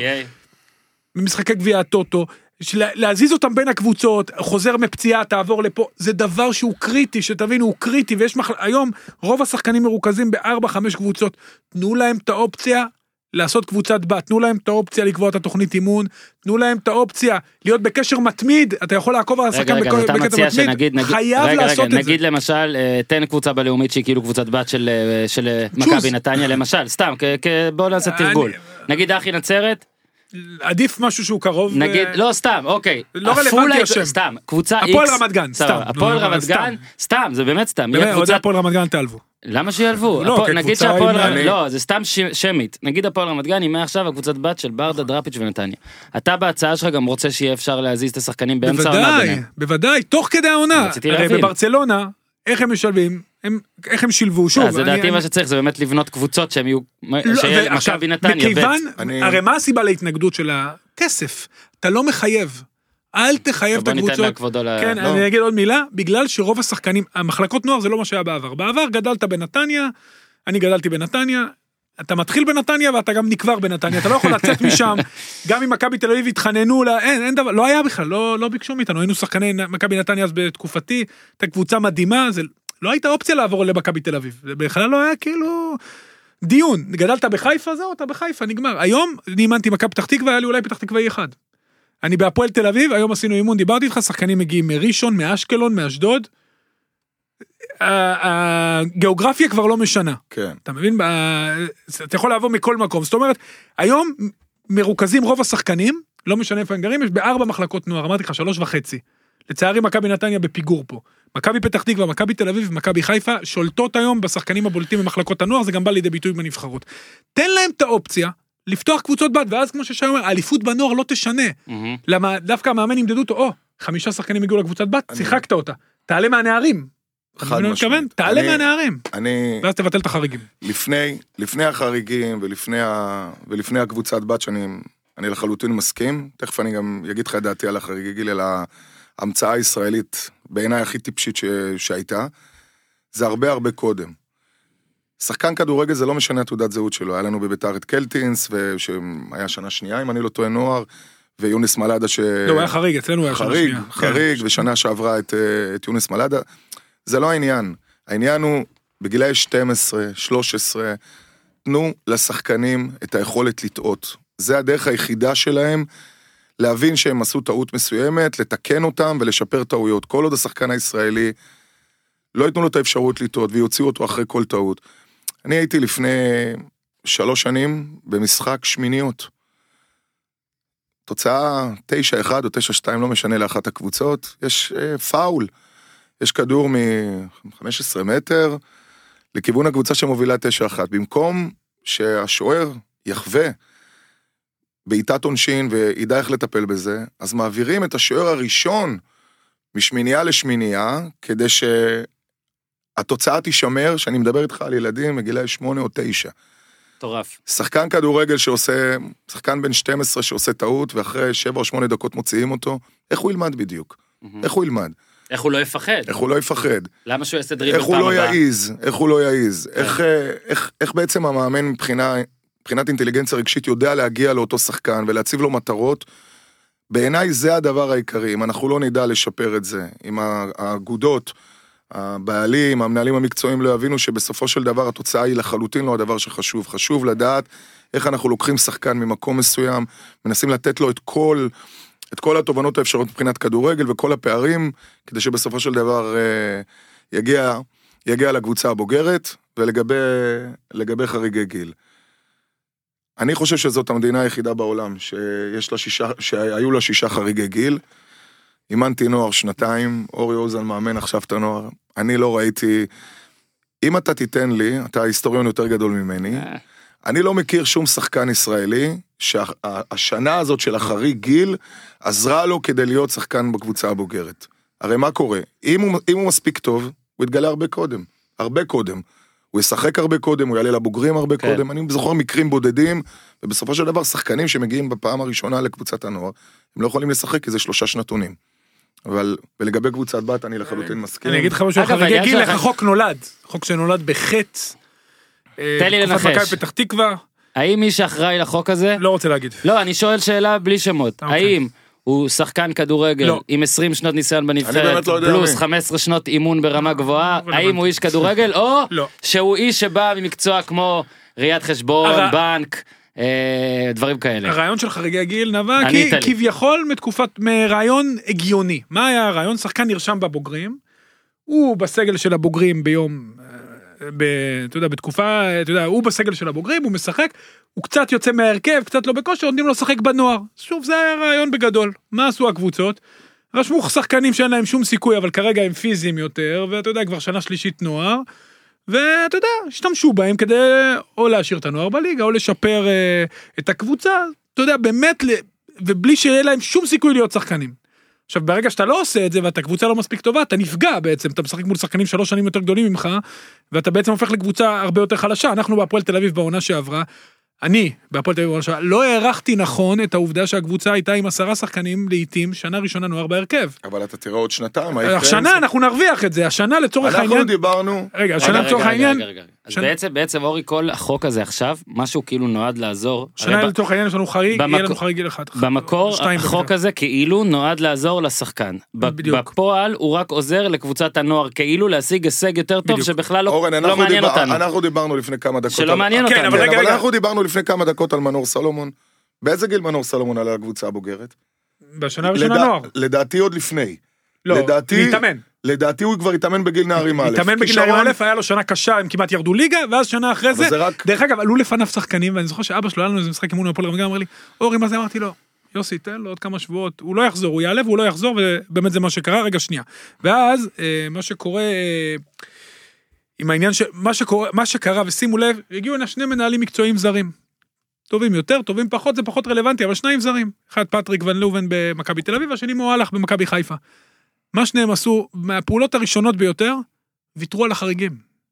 במשחקי גביע הטוטו, להזיז אותם בין הקבוצות, חוזר מפציעה, תעבור לפה, זה דבר שהוא קריטי, שתבינו, הוא קריטי, ויש היום רוב השחקנים מרוכזים ב4-5 קבוצות, תנו להם את האופציה לעשות קבוצת בת, תנו להם את האופציה לקבוע את התוכנית אימון, תנו להם את האופציה להיות בקשר מתמיד, אתה יכול לעקוב על השחקן בקטע מתמיד, חייב לעשות את זה. נגיד למשל, תן קבוצה בלאומית שהיא כאילו קבוצת בת של מכבי נתניה, למשל, סתם, בואו נעשה תרגול. נגיד אחי נצרת, עדיף משהו שהוא קרוב. נגיד, לא סתם, אוקיי. לא רלוונטי השם. סתם, קבוצה X. הפועל רמת גן, סתם. הפועל רמת גן, סתם, זה באמת סתם. באמת, עוד הפועל רמת גן תעלבו. למה שיעלבו? לא, נגיד כקבוצה שהפועל, עם- לא, זה סתם שמית. נגיד הפועל רמת גן, היא מעכשיו הקבוצת בת של ברדה, דראפיץ' ונתניה. אתה בהצעה שלך גם רוצה שיהיה אפשר להזיז את השחקנים באמצע העונה בוודאי, ביניהם. בוודאי, תוך כדי העונה. רציתי הרי להבין. בברצלונה, איך הם משלבים, איך הם שילבו, שוב. זה דעתי מה שצריך, זה באמת לבנות קבוצות שהם יהיו, שיהיה עכשיו, מכבי נתניה, מכיוון, אני- הרי מה הסיבה להתנגדות של הכסף? אתה לא מחייב. אל תחייב את בוא ניתן הקבוצות. לכבודו כן, לא. אני אגיד עוד מילה, בגלל שרוב השחקנים, המחלקות נוער זה לא מה שהיה בעבר. בעבר גדלת בנתניה, אני גדלתי בנתניה, אתה מתחיל בנתניה ואתה גם נקבר בנתניה, אתה לא יכול לצאת משם, גם אם מכבי תל אביב התחננו, אין דבר, לא היה בכלל, לא ביקשו מאיתנו, היינו שחקני מכבי נתניה אז בתקופתי, הייתה קבוצה מדהימה, זה לא הייתה אופציה לעבור למכבי תל אביב, זה בכלל לא היה כאילו דיון, גדלת בחיפה, זהו, אתה בחיפה, נגמר. היום אני אימנתי מכבי פתח תקווה, היה לי אולי פתח תקווה אחד. אני בהפועל תל אביב, היום עשינו אימון, דיברתי איתך, שחקנים מגיעים מראשון, מאשקלון, מאשדוד. הגיאוגרפיה כבר לא משנה. כן. אתה מבין? אתה יכול לעבור מכל מקום. זאת אומרת, היום מרוכזים רוב השחקנים, לא משנה איפה הם גרים, יש ב4 מחלקות נוער, אמרתי לך 3.5. לצערי מכבי נתניה בפיגור פה. מכבי פתח תקווה, מכבי תל אביב ומכבי חיפה שולטות היום בשחקנים הבולטים במחלקות הנוער, זה גם בא לידי ביטוי בנבחרות. תן להם את האופציה לפתוח קבוצות בת, ואז כמו ששי אומר, האליפות בנוער לא תשנה. למה דווקא המאמן ימדדו אותו, 5 שחקנים הגיעו לקבוצת בת, שיחקת אותה. תעלה מהנערים. חד משמעית. תעלה מהנערים. ואז תבטל את החריגים. לפני החריגים ולפני הקבוצת בת שאני לחלוטין מסכים, תכף אני גם אגיד לך את דעתי על החריגי גיל, אלא ההמצאה הישראלית בעיניי הכי טיפשית שהייתה, זה הרבה קודם. שחקן כדורגל זה לא משנה תעודת זהות שלו, היה לנו בביתר את קלטינס, שהיה שנה שנייה, אם אני לא טועה נוער, ויונס מלאדה לא, היה חריג, אצלנו היה שנה שנייה. חריג, ושנה שעברה את יונס מלאדה, זה לא העניין. העניין הוא, בגילי 12, 13, תנו לשחקנים את היכולת לטעות. זה הדרך היחידה שלהם, להבין שהם עשו טעות מסוימת, לתקן אותם ולשפר טעויות. כל עוד השחקן הישראלי, לא ייתנו לו את האפשרות לטעות, ויוציאו אותו אחרי כל טעות. אני הייתי לפני 3 שנים, במשחק שמיניות. תוצאה 9-1 או 9-2, לא משנה לאחת הקבוצות, יש פאול. יש כדור מ-15 מטר, לכיוון הקבוצה שמובילה 9-1. במקום שהשוער יחווה בעיטת עונשין וידע איך לטפל בזה, אז מעבירים את השוער הראשון משמינייה לשמינייה, כדי שהתוצאה תישמר, שאני מדבר איתך על ילדים מגילי 8 או 9. מטורף. שחקן כדורגל שעושה, שחקן בן 12 שעושה טעות, ואחרי 7 או 8 דקות מוציאים אותו, איך הוא ילמד בדיוק? איך הוא ילמד? איך הוא לא יפחד? איך הוא לא יפחד? למה שהוא יעשה דריבל איך הוא פעם לא הבאה? יעיז? איך הוא לא יעיז? איך בעצם המאמן מבחינת אינטליגנציה רגשית יודע להגיע לאותו שחקן ולהציב לו מטרות? בעיניי זה הדבר העיקרי. אם אנחנו לא נדע לשפר את זה, אם האגודות, הבעלים, המנהלים המקצועיים לא יבינו שבסופו של דבר התוצאה היא לחלוטין לא הדבר שחשוב. חשוב לדעת איך אנחנו לוקחים שחקן ממקום מסוים, מנסים לתת לו את כל התובנות האפשרות מבחינת כדורגל וכל הפערים, כדי שבסופו של דבר יגיע לקבוצה הבוגרת, ולגבי חריגי גיל. אני חושב שזאת המדינה היחידה בעולם, שהיו לה 6 חריגי גיל, אימנתי נוער 2, אורי אוזן מאמן עכשיו את הנוער, אני לא ראיתי, אם אתה תיתן לי, אתה היסטוריון יותר גדול ממני, אני לא מכיר שום שחקן ישראלי, שהשנה הזאת של החריג גיל, עזרה לו כדי להיות שחקן בקבוצה הבוגרת. הרי מה קורה? אם הוא מספיק טוב, הוא יתגלה הרבה קודם. הוא ישחק הרבה קודם, הוא יעלה לבוגרים הרבה קודם, אני זוכר מקרים בודדים, ובסופו של דבר שחקנים שמגיעים בפעם הראשונה לקבוצת הנוער, הם לא יכולים לשחק כי זה 3 שנתונים. אבל ולגבי קבוצת בת אני לחלוטין מסכים. אני אגיד לך משהו, חריגי גיל לך חוק נולד, חוק שנולד בחטא, תן לי לנחש. מכבי פתח תקווה. האם מי שאחראי לחוק הזה? לא רוצה להגיד. לא, אני שואל שאלה בלי שמות. האם הוא שחקן כדורגל עם 20 שנות ניסיון בנבחרת, פלוס 15 שנות אימון ברמה גבוהה? האם הוא איש כדורגל, או שהוא איש שבא ממקצוע כמו ראיית חשבון, בנק, דברים כאלה? הרעיון של חריגי גיל נבע כביכול מרעיון הגיוני. מה היה הרעיון? שחקן נרשם בבוגרים, הוא בסגל של הבוגרים ביום, אתה יודע, בתקופה, אתה יודע, הוא בסגל של הבוגרים, הוא משחק, הוא קצת יוצא מהרכב, קצת לא בכושר, נותנים לו לשחק בנוער. שוב, זה היה רעיון בגדול. מה עשו הקבוצות? רשמו שחקנים שאין להם שום סיכוי, אבל כרגע הם פיזיים יותר, ואתה יודע, כבר שנה שלישית נוער, ואתה יודע, השתמשו בהם כדי או להשאיר את הנוער בליגה, או לשפר את הקבוצה, אתה יודע, באמת, ובלי שיהיה להם שום סיכוי להיות שחקנים. עכשיו, ברגע שאתה לא עושה את זה, ואתה קבוצה לא מספיק טובה, אתה נפגע בעצם, אתה משחק מול שחקנים 3 שנים יותר גדולים ממך, ואתה בעצם הופך לקבוצה הרבה יותר חלשה. אנחנו בהפועל תל אביב בעונה שעברה, אני, בהפועל תל אביב בעונה שעברה, לא הערכתי נכון את העובדה שהקבוצה הייתה עם 10 שחקנים לעתים, שנה ראשונה נוער בהרכב. אבל אתה תראה עוד שנתיים. השנה אנחנו נרוויח את זה, השנה לצורך העניין. אנחנו דיברנו. רגע, השנה לצורך העניין. אז בעצם אורי, כל החוק הזה עכשיו, משהו כאילו נועד לעזור. שנה לצורך העניין יש לנו חריג, יהיה לנו חריג אחד. במקור, החוק הזה כאילו נועד לעזור לשחקן. בפועל הוא רק עוזר לקבוצת הנוער, כאילו להשיג הישג יותר טוב, שבכלל לא מעניין אותנו. אנחנו דיברנו לפני כמה דקות. שלא מעניין אותנו. אבל אנחנו דיברנו לפני כמה דקות על מנור סלומון. באיזה גיל מנור סלומון עלה לקבוצה הבוגרת? בשנה ראשונה נוער. לדעתי עוד לפני. לא, להתאמן. לדעתי הוא כבר התאמן בגיל נערים א'. התאמן בגיל נערים א', היה לו שנה קשה, הם כמעט ירדו ליגה, ואז שנה אחרי זה, דרך אגב, עלו לפניו שחקנים, ואני זוכר שאבא שלו היה לנו איזה משחק אימון מהפועל רמת גן, אמר לי, אורי, מה זה? אמרתי לו, יוסי, תן לו עוד כמה שבועות, הוא לא יחזור, הוא יעלה והוא לא יחזור, ובאמת זה מה שקרה, רגע שנייה. ואז, מה שקורה, עם העניין מה שקרה, ושימו לב, הגיעו הנה 2 מנהלים מקצועיים זרים. טובים יותר, טובים פחות, זה פחות רלוונטי, אבל 2 זרים. אחד פטריק ון לובן במכבי תל אביב, והשני מועלך במכבי חיפה. מה שניהם עשו, מהפעולות הראשונות ביותר, ויתרו על החריגים.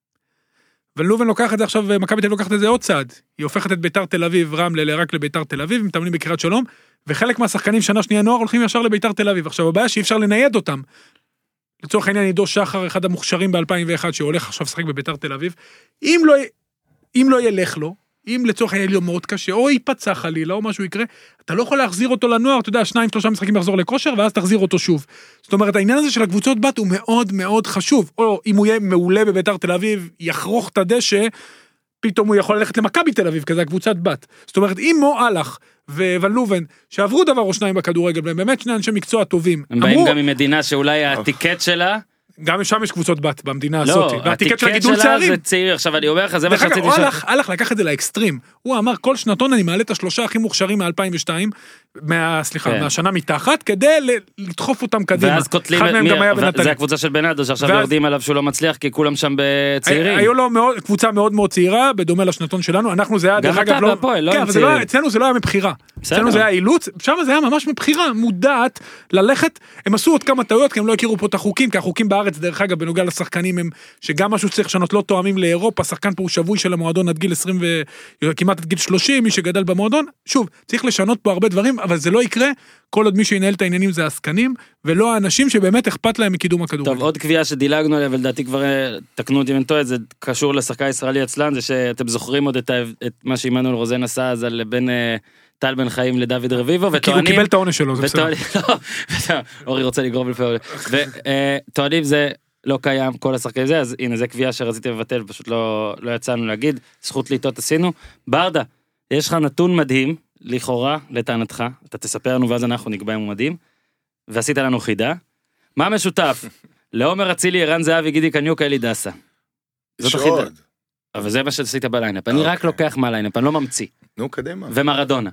ון לובן לוקח את זה עכשיו, ומכבי תל אביב לוקחת את זה עוד צעד. היא הופכת את ביתר תל אביב, רמלה, רק לביתר תל אביב, מתאמנים בקריית שלום, וחלק מהשחקנים שנה שנייה נוער הולכים ישר לביתר תל אביב. עכשיו, הבעיה שאי אפשר לנייד אותם. לצורך העניין, עידו שחר, אחד המוכשרים ב-2001, שהולך עכשיו לשחק בביתר תל אביב. אם לא ילך לו, אם לצורך העניין לו מאוד קשה, או ייפצע חלילה, או משהו יקרה, אתה לא יכול להחזיר אותו לנוער, אתה יודע, 2-3 משחקים יחזור לכושר, ואז תחזיר אותו שוב. זאת אומרת, העניין הזה של הקבוצות בת הוא מאוד מאוד חשוב, או אם הוא יהיה מעולה בביתר תל אביב, יחרוך את הדשא, פתאום הוא יכול ללכת למכבי תל אביב, כזה הקבוצת בת. זאת אומרת, אם מועלך וון לובן, שעברו דבר או 2 בכדורגל, באמת 2 אנשי מקצוע טובים. הם באים גם ממדינה שאולי הטיקט שלה גם שם יש קבוצות בת במדינה הזאת. לא, הטיקט שלה זה צעיר, עכשיו אני אומר לך, זה מה שרציתי לשאול. הלך לקח את זה לאקסטרים, הוא אמר כל שנתון אני מעלה את 3 הכי מוכשרים מ-2002, מהשנה מתחת, כדי לדחוף אותם קדימה. ואז קוטלים, זה הקבוצה של בנאדו, שעכשיו יורדים עליו שהוא לא מצליח, כי כולם שם בצעירים. היו לו קבוצה מאוד מאוד צעירה, בדומה לשנתון שלנו, אנחנו זה היה דרך אגב לא... אצלנו זה לא היה מבחירה, אצלנו זה היה אילוץ, שם זה היה ממש מבחירה, מודעת, ללכת, הם עשו עוד כמה טעויות, כי הם לא הכירו פה את החוקים, כי החוקים בארץ, דרך אגב, בנוגע לשחקנים, הם שגם משהו צריך לשנות לא תואמים לאירופה, שחקן פה הוא שבוי של המועדון עד גיל 20 וכמעט עד גיל 30, מי שגדל במועדון, שוב, צריך לשנות פה הרבה דברים, אבל זה לא יקרה, כל עוד מי שינהל את העניינים זה העסקנים, ולא האנשים שבאמת אכפת להם מקידום הכדורגל. טוב, עוד קביעה שדילגנו עליה, ולדעתי כבר תקנו אותי אם אני טועה, זה קשור לשחקן ישראלי אצלן, זה שאתם זוכרים עוד את מה שעמנואל רוזן עשה, אז על בין טל בן חיים לדוד רביבו, כי הוא קיבל את העונש שלו, זה בסדר. אורי רוצה לגרום לפעול. וטוענים זה לא קיים, כל השחקנים זה, אז הנה, זה קביעה שרציתי לבטל, פשוט לא יצאנו להגיד, זכות ליטות עשינו. ברדה, יש לך נתון מדהים, לכאורה, לטענתך, אתה תספר לנו ואז אנחנו נקבע אם הוא מדהים, ועשית לנו חידה. מה משותף? לעומר אצילי, ערן זהבי, גידי קניוק, אלי דסה. זאת החידה. אבל זה מה שעשית בליינאפ. אני רק לוקח מהליינאפ, אני לא ממציא. נו, קדימה. ומרדונה.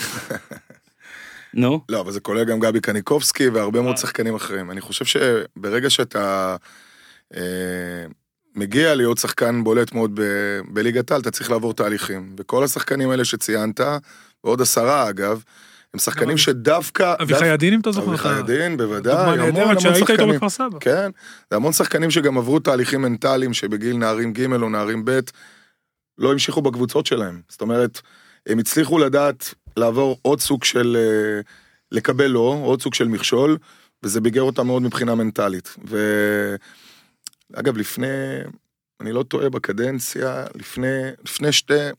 נו? לא, אבל זה כולל גם גבי קניקובסקי והרבה מאוד שחקנים אחרים. אני חושב שברגע שאתה מגיע להיות שחקן בולט מאוד בליגת העל, אתה צריך לעבור תהליכים. וכל השחקנים האלה שציינת, ועוד 10 אגב, הם שחקנים שדווקא... אביחי עדין אם אתה זוכר? אביחי עדין, בוודאי, המון שחקנים. כן, זה המון שחקנים שגם עברו תהליכים מנטליים, שבגיל נערים ג' או נערים ב', לא המשיכו בקבוצות שלהם. זאת אומרת, הם הצליחו לדעת לעבור עוד סוג של... לקבל לו, עוד סוג של מכשול, וזה ביגר אותם מאוד מבחינה מנטלית. ואגב, אני לא טועה בקדנציה, לפני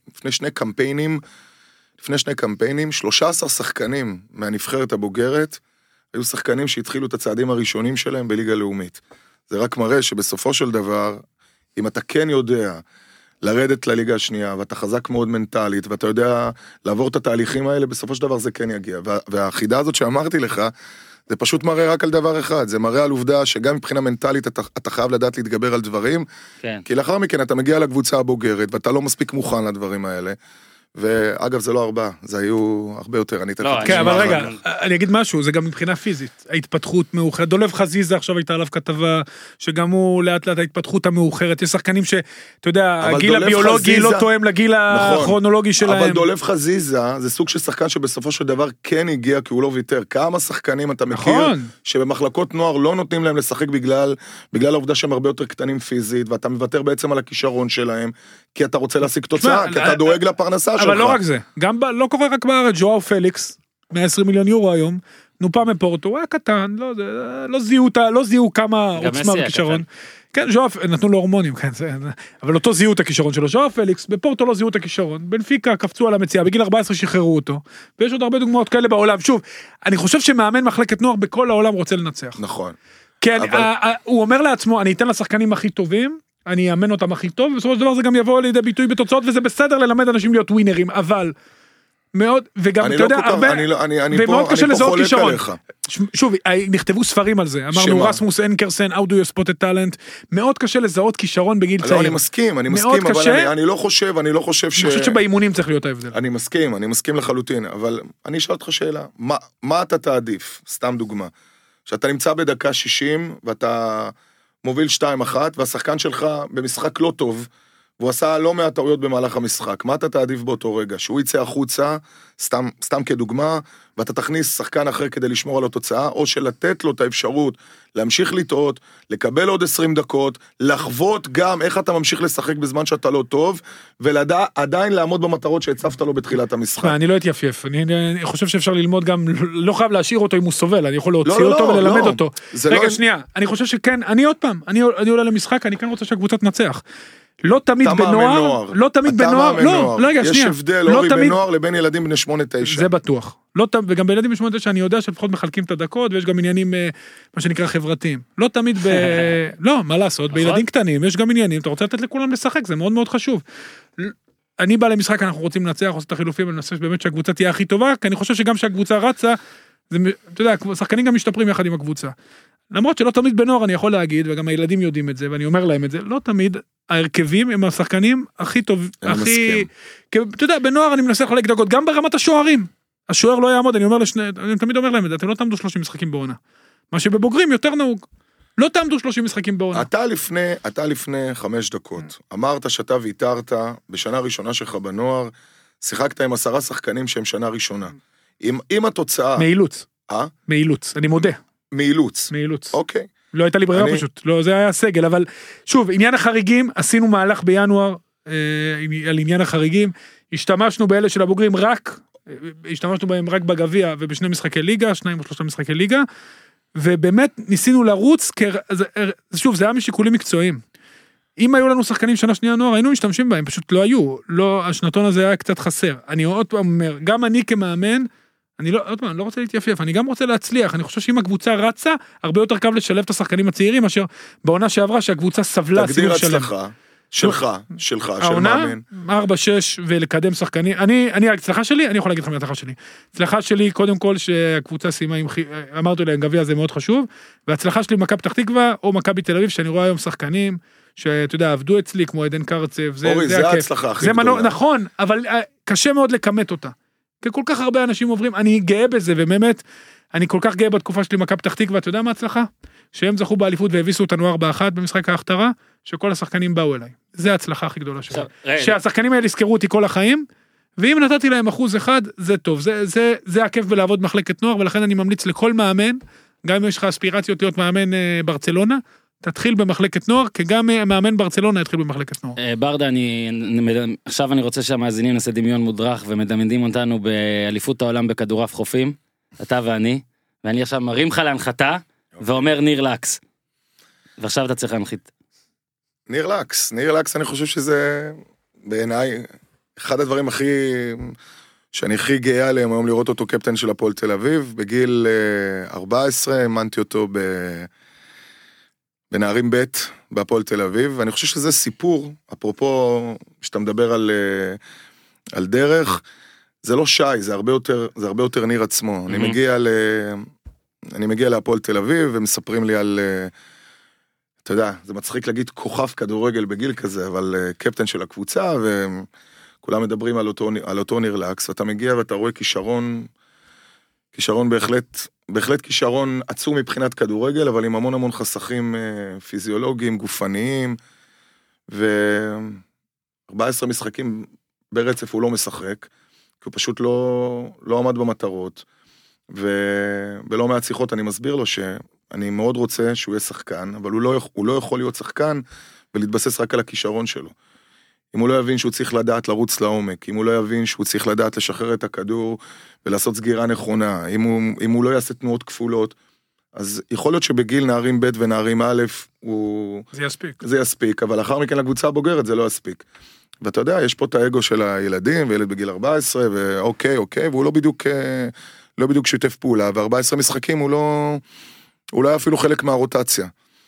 שני קמפיינים, 13 שחקנים מהנבחרת הבוגרת, היו שחקנים שהתחילו את הצעדים הראשונים שלהם בליגה לאומית. זה רק מראה שבסופו של דבר, אם אתה כן יודע לרדת לליגה השנייה, ואתה חזק מאוד מנטלית, ואתה יודע לעבור את התהליכים האלה, בסופו של דבר זה כן יגיע. והחידה הזאת שאמרתי לך, זה פשוט מראה רק על דבר אחד, זה מראה על עובדה שגם מבחינה מנטלית אתה חייב לדעת להתגבר על דברים, כן. כי לאחר מכן אתה מגיע לקבוצה הבוגרת, ואתה לא מספיק מוכן לדברים האלה, ואגב, זה לא 4, זה היו הרבה יותר. כן, אבל רגע, אני אגיד משהו, זה גם מבחינה פיזית, ההתפתחות מאוחרת, דולב חזיזה עכשיו הייתה עליו כתבה, שגם הוא לאט לאט ההתפתחות המאוחרת, יש שחקנים שאתה יודע, הגיל הביולוגי לא תואם לגיל הכרונולוגי שלהם. אבל דולב חזיזה, זה סוג של שחקן שבסופו של דבר כן הגיע, כי הוא לא ויתר. כמה שחקנים אתה מכיר, שבמחלקות נוער לא נותנים להם לשחק בגלל העובדה שהם הרבה יותר קטנים פיזית, ואתה מוותר בעצם על הכישרון שלהם, כי אתה רוצה להשיג תוצאה, כי אתה דואג לפרנסה שלך. אבל לא רק זה, גם לא קורה רק בארץ, ז'ואאו פליקס, 120 מיליון יורו היום, נופה מפורטו, הוא היה קטן, לא זיהו כמה עוצמה בכישרון. כן, ז'ואאו, נתנו לו הורמונים, אבל אותו זיהו את הכישרון שלו, ז'ואאו פליקס, בפורטו לא זיהו את הכישרון, בנפיקה קפצו על המציאה, בגיל 14 שחררו אותו, ויש עוד הרבה דוגמאות כאלה בעולם. שוב, אני חושב שמאמן מחלקת נוער בכל העולם רוצה לנצח. נכון. כן, הוא אומר לעצמו, אני אתן לשחקנים הכי טובים, אני אאמן אותם הכי טוב, ובסופו של דבר זה גם יבוא לידי ביטוי בתוצאות, וזה בסדר ללמד אנשים להיות ווינרים, אבל מאוד, וגם אתה יודע, הרבה, ומאוד קשה לזהות כישרון. שוב, נכתבו ספרים על זה, אמרנו רסמוס אנקרסן, How do you spot a talent, מאוד קשה לזהות כישרון בגיל צעיר. אני מסכים, אבל אני לא חושב אני חושב שבאימונים צריך להיות ההבדל. אני מסכים לחלוטין, אבל אני אשאל אותך שאלה, מה אתה תעדיף? סתם דוגמה, שאתה נמצא בדקה 60, ואתה מוביל 2-1, והשחקן שלך במשחק לא טוב, והוא עשה לא מעט טעויות במהלך המשחק. מה אתה תעדיף באותו רגע? שהוא יצא החוצה, סתם כדוגמה, ואתה תכניס שחקן אחר כדי לשמור על התוצאה, או שלתת לו את האפשרות להמשיך לטעות, לקבל עוד 20 דקות, לחוות גם איך אתה ממשיך לשחק בזמן שאתה לא טוב, ועדיין לעמוד במטרות שהצפת לו בתחילת המשחק. אני לא אתייפייף, אני חושב שאפשר ללמוד גם, לא חייב להשאיר אותו אם הוא סובל, אני יכול להוציא אותו וללמד אותו. רגע, שנייה, אני חושב שכן, אני עוד פעם, אני עולה למשחק, אני כאן רוצה שהקבוצה תנצח. לא תמיד בנוער, לא, רגע, שנייה. יש הבדל אורי בנוער לבין ילדים בני 8-9. זה בטוח. וגם בילדים בני 8-9 אני יודע שלפחות מחלקים את הדקות, ויש גם עניינים, מה שנקרא חברתיים. לא תמיד לא, מה לעשות, בילדים קטנים יש גם עניינים, אתה רוצה לתת לכולם לשחק, זה מאוד מאוד חשוב. אני בא למשחק, אנחנו רוצים לנצח, עושה את החילופים, אני חושב באמת שהקבוצה תהיה הכי טובה, כי אני חושב שגם שהקבוצה רצה, אתה יודע, שחקנים גם משתפרים יחד עם הקבוצה. למרות שלא תמיד בנוער אני יכול להגיד, וגם הילדים יודעים את זה, ואני אומר להם את זה, לא תמיד ההרכבים הם השחקנים הכי טוב, הכי, אתה יודע, בנוער אני מנסה לחלק דקות, גם ברמת השוערים, השוער לא יעמוד, אני תמיד אומר להם את זה, אתם לא תעמדו 30 משחקים בעונה, מה שבבוגרים יותר נהוג, לא תעמדו 30 משחקים בעונה. אתה לפני 5 דקות, אמרת שאתה ויתרת בשנה ראשונה שלך בנוער, שיחקת עם 10 שחקנים שהם שנה ראשונה, עם התוצאה... מאילוץ, אני מודה. מאילוץ. אוקיי. לא הייתה לי ברירה פשוט, לא, זה היה סגל, אבל שוב, עניין החריגים, עשינו מהלך בינואר, על עניין החריגים, השתמשנו באלה של הבוגרים השתמשנו בהם רק בגביע, ובשני משחקי ליגה, 2 או 3 משחקי ליגה, ובאמת ניסינו לרוץ, שוב, זה היה משיקולים מקצועיים. אם היו לנו שחקנים שנה שנייה נוער, היינו משתמשים בהם, פשוט לא היו, השנתון הזה היה קצת חסר. אני עוד פעם אומר, גם אני כמאמן, אני לא רוצה להתייפייף, אני גם רוצה להצליח, אני חושב שאם הקבוצה רצה, הרבה יותר קל לשלב את השחקנים הצעירים, אשר בעונה שעברה שהקבוצה סבלה סיבוב שלם. שלך, של מאמן. 4-6 ולקדם שחקנים, ההצלחה שלי, אני יכול להגיד לכם ההצלחה שלי. ההצלחה שלי, קודם כל, שהקבוצה סיימה עם, אמרתי להם, גביע זה מאוד חשוב, וההצלחה שלי מכבי פתח תקווה, או מכבי תל אביב, שאני רואה היום שחקנים, שאתה יודע, עבדו אצלי, כמו עדן קרצב, אורי, זה ההצלחה הכי גדולה. נכון, אבל קשה מאוד לקמת אותה. כי כל כך הרבה אנשים עוברים, אני גאה בזה, ובאמת, אני כל כך גאה בתקופה שלי מכבי פתח תקווה, אתה יודע מה ההצלחה? שהם זכו באליפות והביסו אותנו 4-1 במשחק ההכתרה, שכל השחקנים באו אליי. זה ההצלחה הכי גדולה שלי. שהשחקנים האלה יזכרו אותי כל החיים, ואם נתתי להם 1%, זה טוב. זה הכיף בלעבוד מחלקת נוער, ולכן אני ממליץ לכל מאמן, גם אם יש לך אספירציות להיות מאמן ברצלונה, תתחיל במחלקת נוער, כי גם מאמן ברצלונה יתחיל במחלקת נוער. ברדה, עכשיו אני רוצה שהמאזינים נעשה דמיון מודרך, ומדמדים אותנו באליפות העולם בכדורעף חופים, אתה ואני עכשיו מרים לך להנחתה, ואומר ניר לקס. ועכשיו אתה צריך להנחית. ניר לקס, אני חושב שזה בעיניי, אחד הדברים שאני הכי גאה עליהם, היום לראות אותו קפטן של הפועל תל אביב, בגיל 14, האמנתי אותו בנערים ב' בהפועל תל אביב, ואני חושב שזה סיפור, אפרופו שאתה מדבר על דרך, זה לא שי, זה הרבה יותר ניר עצמו. אני מגיע להפועל תל אביב, ומספרים לי על, אתה יודע, זה מצחיק להגיד כוכב כדורגל בגיל כזה, אבל קפטן של הקבוצה, כולם מדברים על אותו נירלקס, ואתה מגיע ואתה רואה כישרון בהחלט כישרון עצום מבחינת כדורגל, אבל עם המון המון חסכים פיזיולוגיים, גופניים, ו14 משחקים ברצף הוא לא משחק, כי הוא פשוט לא עמד במטרות, ובלא מעט שיחות אני מסביר לו שאני מאוד רוצה שהוא יהיה שחקן, אבל הוא לא יכול להיות שחקן ולהתבסס רק על הכישרון שלו. אם הוא לא יבין שהוא צריך לדעת לרוץ לעומק, אם הוא לא יבין שהוא צריך לדעת לשחרר את הכדור ולעשות סגירה נכונה, אם הוא לא יעשה תנועות כפולות, אז יכול להיות שבגיל נערים ב' ונערים א', זה יספיק, אבל לאחר מכן לקבוצה הבוגרת זה לא יספיק. ואתה יודע, יש פה את האגו של הילדים, וילד בגיל 14, ואוקיי, והוא לא בדיוק שיתף פעולה, ו14 משחקים הוא לא היה אפילו חלק מהרוטציה.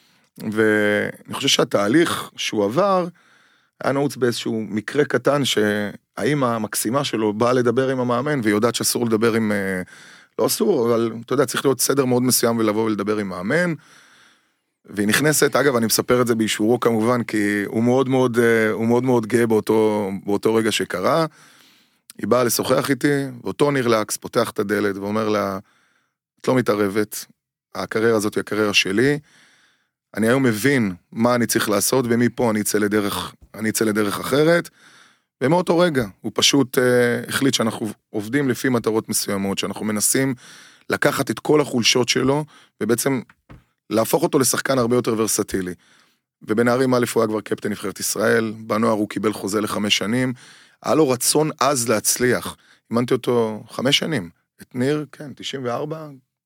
ואני חושב שהתהליך שהוא עבר, היה נעוץ באיזשהו מקרה קטן, שהאמא המקסימה שלו באה לדבר עם המאמן, והיא יודעת שאסור לדבר עם, לא אסור, אבל אתה יודע, צריך להיות סדר מאוד מסוים, ולבוא ולדבר עם מאמן, והיא נכנסת, אגב, אני מספר את זה באישורו כמובן, כי הוא מאוד מאוד גאה באותו רגע שקרה, היא באה לשוחח איתי, ואותו נירלקס פותח את הדלת, ואומר לה, את לא מתערבת, הקריירה הזאת היא הקריירה שלי, אני היום מבין מה אני צריך לעשות, ומפה אני אצא לדרך אחרת, ומאותו רגע הוא פשוט החליט שאנחנו עובדים לפי מטרות מסוימות, שאנחנו מנסים לקחת את כל החולשות שלו, ובעצם להפוך אותו לשחקן הרבה יותר ורסטילי. ובנערים א' הוא היה כבר קפטן נבחרת ישראל, בנוער הוא קיבל חוזה ל5 שנים, היה לו רצון אז להצליח, אימנתי אותו 5 שנים, את ניר, כן, 94,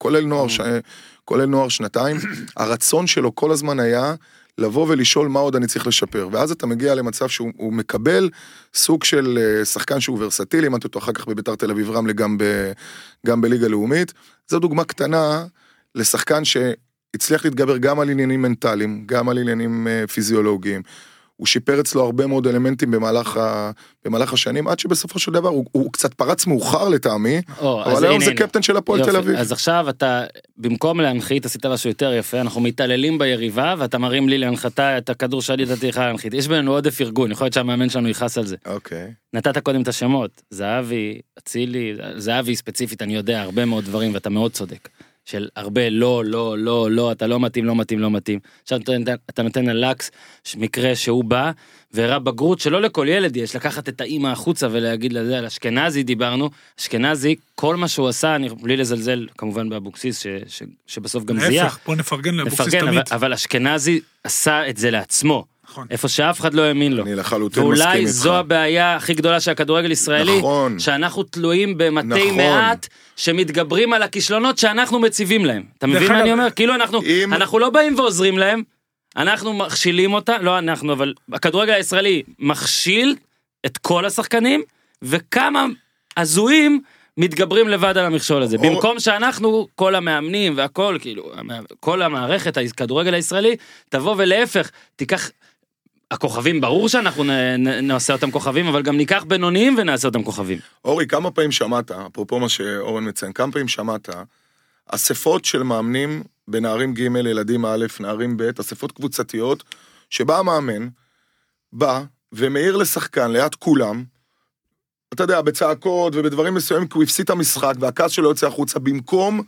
כולל נוער שנתיים, הרצון שלו כל הזמן היה לבוא ולשאול מה עוד אני צריך לשפר, ואז אתה מגיע למצב שהוא מקבל סוג של שחקן שהוא ורסטילי, אימנתי אותו אחר כך בביתר תל אביב רמלה גם בליגה לאומית, זו דוגמה קטנה לשחקן שהצליח להתגבר גם על עניינים מנטליים, גם על עניינים פיזיולוגיים, הוא שיפר אצלו הרבה מאוד אלמנטים במהלך השנים, עד שבסופו של דבר הוא קצת פרץ מאוחר לטעמי, אבל היום זה קפטן של הפועל תל אביב. אז עכשיו אתה, במקום להנחית, עשית משהו יותר יפה, אנחנו מתעללים ביריבה, ואתה מרים לי להנחתה את הכדור שלי, אתה תלך להנחית. יש בינינו עודף ארגון, יכול להיות שהמאמן שלנו יכעס על זה. אוקיי. נתת קודם את השמות, זהבי, אצילי, זהבי ספציפית, אני יודע, הרבה מאוד דברים, ואתה מאוד צודק. של הרבה לא, אתה לא מתאים. עכשיו אתה נותן ללקס מקרה שהוא בא, והראה בגרות שלא לכל ילד יש, לקחת את האמא החוצה ולהגיד לזה, על אשכנזי דיברנו, אשכנזי, כל מה שהוא עשה, אני בלי לזלזל כמובן באבוקסיס, שבסוף גם זייה. להפך, בוא נפרגן לאבוקסיס תמיד. אבל אשכנזי עשה את זה לעצמו. איפה שאף אחד לא האמין לו. אני לחלוטין מסכים איתך. ואולי זו הבעיה הכי גדולה של הכדורגל ישראלי, שאנחנו תלויים במתי מעט, שמתגברים על הכישלונות שאנחנו מציבים להם. אתה מבין מה אני אומר? כאילו אנחנו לא באים ועוזרים להם, אנחנו מכשילים אותה, לא אנחנו, אבל הכדורגל הישראלי מכשיל את כל השחקנים, וכמה הזויים מתגברים לבד על המכשול הזה. במקום שאנחנו, כל המאמנים והכל, כאילו, כל המערכת, הכדורגל הישראלי, תבוא ולהפך, תיקח הכוכבים, ברור שאנחנו נעשה אותם כוכבים, אבל גם ניקח בינוניים ונעשה אותם כוכבים. אורי, כמה פעמים שמעת, אפרופו מה שאורן מציין, כמה פעמים שמעת, אספות של מאמנים בנערים ג' ילדים א', נערים ב', אספות קבוצתיות, שבה המאמן בא ומאיר לשחקן ליד כולם, אתה יודע, בצעקות ובדברים מסוימים, כי הוא הפסיד את המשחק, והכעס שלו יוצא החוצה, במקום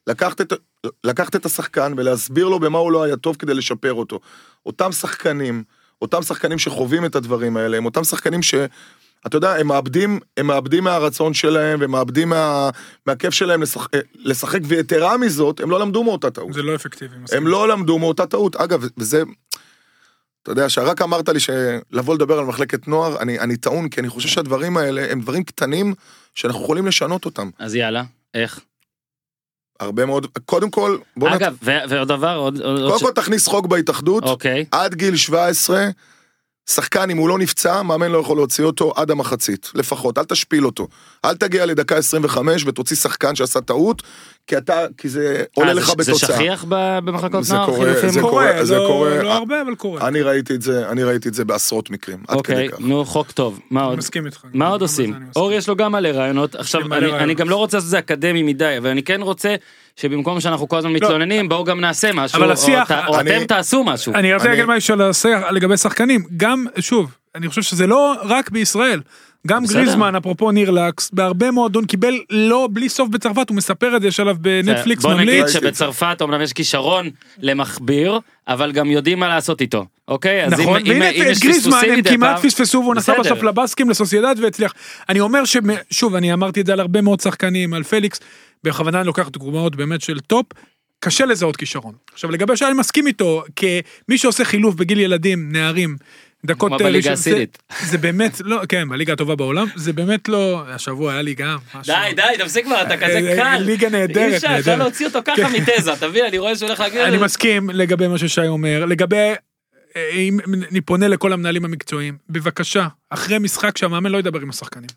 לקחת את השחקן ולהסביר לו במה הוא לא היה טוב כדי לשפר אותו. אותם שחקנים שחווים את הדברים האלה, הם אותם שחקנים אתה יודע, הם מאבדים מהרצון שלהם, והם מאבדים מהכיף שלהם לשחק, ויתרה מזאת, הם לא למדו מאותה טעות. זה לא אפקטיבי. הם לא למדו מאותה טעות. אגב, וזה, אתה יודע, שרק אמרת לי שלבוא לדבר על מחלקת נוער, אני טעון, כי אני חושב שהדברים האלה, הם דברים קטנים, שאנחנו יכולים לשנות אותם. אז יאללה, איך? הרבה מאוד, קודם כל, אגב, ועוד דבר, קודם כל תכניס חוק בהתאחדות, עד גיל 17, שחקן, אם הוא לא נפצע, מאמן לא יכול להוציא אותו עד המחצית, לפחות, אל תשפיל אותו. אל תגיע לדקה 25 ותוציא שחקן שעשה טעות, כי זה עולה לך בתוצאה. זה שכיח במחלקות נוער? זה קורה. לא הרבה, אבל קורה. אני ראיתי את זה בעשרות מקרים. אוקיי, נו, חוק טוב. מה עוד עושים? אור יש לו גם מלא רעיונות. עכשיו, אני גם לא רוצה לעשות זה אקדמי מדי, אבל אני כן רוצה שבמקום שאנחנו כל הזמן מתלוננים, בואו גם נעשה משהו, או אתם תעשו משהו. אני רוצה להגיד משהו לגבי שחקנים, גם, שוב, אני חושב שזה לא רק בישראל, גם בסדר. גריזמן, אפרופו ניר לקס, בהרבה מועדון קיבל לא בלי סוף בצרפת, הוא מספר את זה, יש עליו בנטפליקס בוא נגיד ממליץ. שבצרפת אומנם יש כישרון למחביר, אבל גם יודעים מה לעשות איתו, אוקיי? אז נכון, אם והנה יש גריזמן פספוסים הם מדי כמעט פעם- פספסו, והוא נסע בסדר. בסוף לבסקים, לסוסיידד והצליח. אני אומר שוב, אני אמרתי את זה על הרבה מאוד שחקנים, על פליקס, בכוונה אני לוקח דוגמאות באמת של טופ, קשה לזהות כישרון. עכשיו לגבי שאני מסכים איתו, כמי שעושה חילוף בגיל ילדים, נערים, דקות כמו בליגה ראשון, הסינית. זה באמת לא, כן, בליגה הטובה בעולם, זה באמת לא, השבוע היה לי גם, משהו. די, תפסיק כבר, אתה כזה קל. ליגה נהדרת, אי אפשר, אפשר להוציא אותו ככה מתזה, תבין, אני רואה שהוא הולך להגיד... אני מסכים לגבי מה ששי אומר, לגבי, אם אני פונה לכל המנהלים המקצועיים, בבקשה, אחרי משחק שהמאמן לא ידבר עם השחקנים.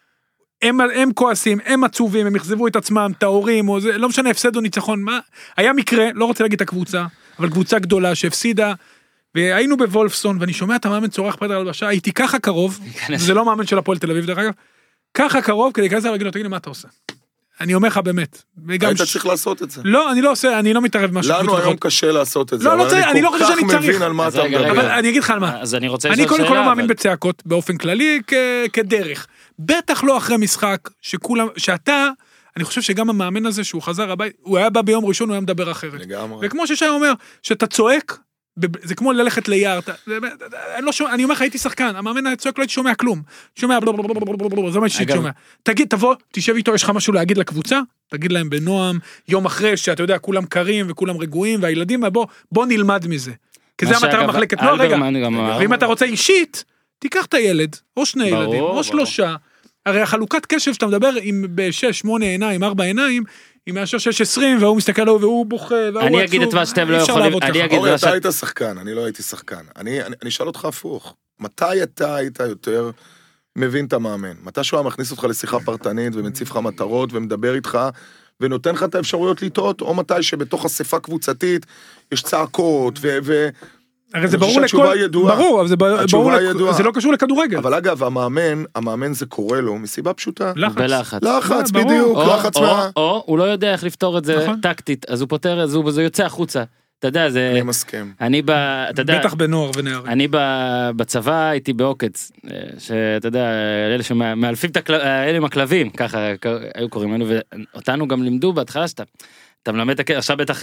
הם כועסים, הם עצובים, הם יחזבו את עצמם, טהורים, או זה, לא משנה, הפסד או ניצחון, מה? היה מקרה, לא רוצה להגיד את הקבוצה, אבל קבוצה גדולה שהפסידה, והיינו בוולפסון, ואני שומע את המאמן צורח פדר הלבשה, הייתי ככה קרוב, זה לא מאמן של הפועל תל אביב דרך אגב, ככה קרוב, כדי להיכנס ולהגיד לו, תגיד לי מה אתה עושה? אני אומר לך באמת. היית צריך לעשות את זה. לא, אני לא עושה, אני לא מתערב משהו. לנו היום קשה לעשות את זה, לא, אבל לא צריך, אני לא חושב שאני כל כך צריך. מבין על מה אז אתה רגע, מדבר. אבל אני אגיד לך על מה. אז אני רוצה אני לשאול קודם כל שאלה, לא מאמין אבל- בצעקות, באופן כללי, כדרך. בטח לא אחרי משחק, שאתה, אני חושב שגם המאמן הזה, שהוא חזר הבית, הוא היה בא ביום ראשון, הוא היה מדבר אחרת. לגמרי. וכמו ששי אומר, שאתה צועק, זה כמו ללכת ליער, אני אומר לך, הייתי שחקן, המאמן היה צועק, לא הייתי שומע כלום. שומע, זה מה שהייתי אגב- שומע. תגיד, תבוא, תשב איתו, יש לך משהו להגיד לקבוצה? תגיד להם בנועם, יום אחרי שאתה יודע, כולם קרים וכולם רגועים, והילדים, בוא נלמד מזה. כי זה מה המטרה שאגב, מחלקת נוער, רגע. אלברמן גם אמר- ואם אתה רוצה אישית, תיקח את הילד, או שני ברור, ילדים, או ברור. 3, הרי החלוקת קשב שאתה מדבר עם ב6, 8 עיניים, 4 עיניים, היא מאשר 6, 20, והוא מסתכל לו, והוא בוכה, והוא עצוב. אני אגיד את מה שאתם לא אי אפשר יכולים- לעבוד אני ככה. אגיד- אורי, מה אתה שאת- היית שחקן, אני לא הייתי שחקן. אני אשאל אותך הפוך. מתי אתה היית יותר מבין את המאמן? מתי שהוא היה מכניס אותך לשיחה פרטנית ומציב לך מטרות ומדבר איתך ונותן לך את האפשרויות לטעות, או מתי שבתוך אספה קבוצתית יש צעקות הרי זה אני ברור חושב שהתשובה לכל, ידועה. ברור, אבל זה ברור, התשובה ידועה. זה לא קשור לכדורגל. אבל אגב, המאמן זה קורה לו מסיבה פשוטה. בלחץ. לחץ, ברור. בדיוק, או- לחץ או- מה... או הוא לא יודע איך לפתור את זה נכון. טקטית, אז הוא פותר את זה, וזה יוצא החוצה. אתה יודע, זה... אני מסכים. אתה יודע, בטח בנוער ונערים. אני בצבא הייתי בעוקץ, שאתה יודע, אלה שמאלפים אלה עם הכלבים, ככה היו קוראים לנו, ואותנו גם לימדו בהתחלה שאתה מלמד, עכשיו בטח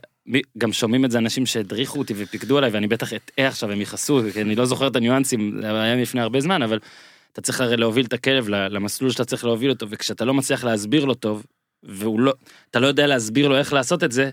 גם שומעים את זה אנשים שהדריכו אותי ופיקדו עליי, ואני בטח אטעה עכשיו, הם יכעסו, כי אני לא זוכר את הניואנסים, זה היה לפני הרבה זמן, אבל אתה צריך הרי להוביל את הכלב למסלול שאתה צריך להוביל אותו, וכשאתה לא מצליח להסביר לו טוב, אתה לא יודע להסביר לו איך לעשות את זה,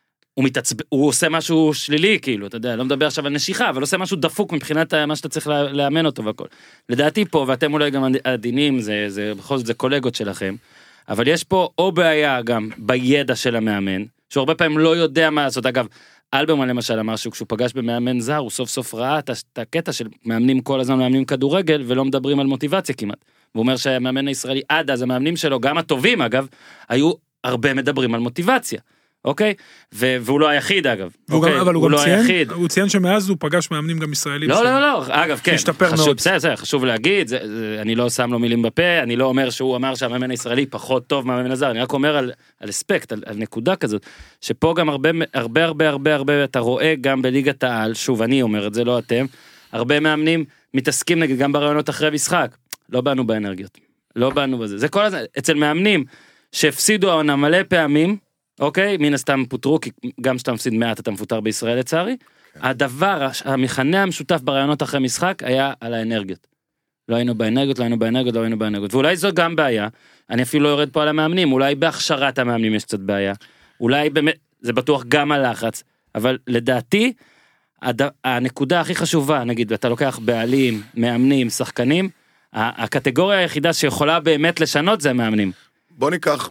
הוא עושה משהו שלילי, כאילו, אתה יודע, לא מדבר עכשיו על נשיכה, אבל עושה משהו דפוק מבחינת מה שאתה צריך לאמן אותו והכל. לדעתי פה, ואתם אולי גם עדינים, זה בכל זאת זה קולגות שלכם, אבל יש פה או בעיה גם בידע של המאמן, שהוא הרבה פעמים לא יודע מה לעשות. אגב, אלברמן למשל אמר שכשהוא פגש במאמן זר, הוא סוף סוף ראה את הקטע של מאמנים כל הזמן, מאמנים כדורגל, ולא מדברים על מוטיבציה כמעט. והוא אומר שהמאמן הישראלי, עד אז המאמנים שלו, גם הטובים אגב, היו הרבה מדברים על מוטיבציה. אוקיי? והוא לא היחיד אגב. אבל הוא לא היחיד. הוא ציין שמאז הוא פגש מאמנים גם ישראלים. לא, אגב, כן. השתפר מאוד. בסדר, חשוב להגיד, אני לא שם לו מילים בפה, אני לא אומר שהוא אמר שהמאמן הישראלי פחות טוב מהמאמן הזר, אני רק אומר על אספקט, על נקודה כזאת, שפה גם הרבה, אתה רואה גם בליגת העל, שוב, אני אומר את זה, לא אתם, הרבה מאמנים מתעסקים נגיד גם ברעיונות אחרי משחק, לא באנו באנרגיות, לא באנו בזה, זה כל הזמן, אצל מאמנים שהפסידו העונה מלא פעמים, אוקיי, מן הסתם פוטרו, כי גם שאתה מפסיד מעט אתה מפוטר בישראל לצערי, הדבר, המכנה המשותף ברעיונות אחרי משחק היה על האנרגיות. לא היינו באנרגיות, ואולי זו גם בעיה, אני אפילו לא יורד פה על המאמנים, אולי בהכשרת המאמנים יש קצת בעיה, אולי באמת, זה בטוח גם הלחץ, אבל לדעתי, הנקודה הכי חשובה, נגיד, אתה לוקח בעלים, מאמנים, שחקנים, הקטגוריה היחידה שיכולה באמת לשנות זה המאמנים. בוא ניקח,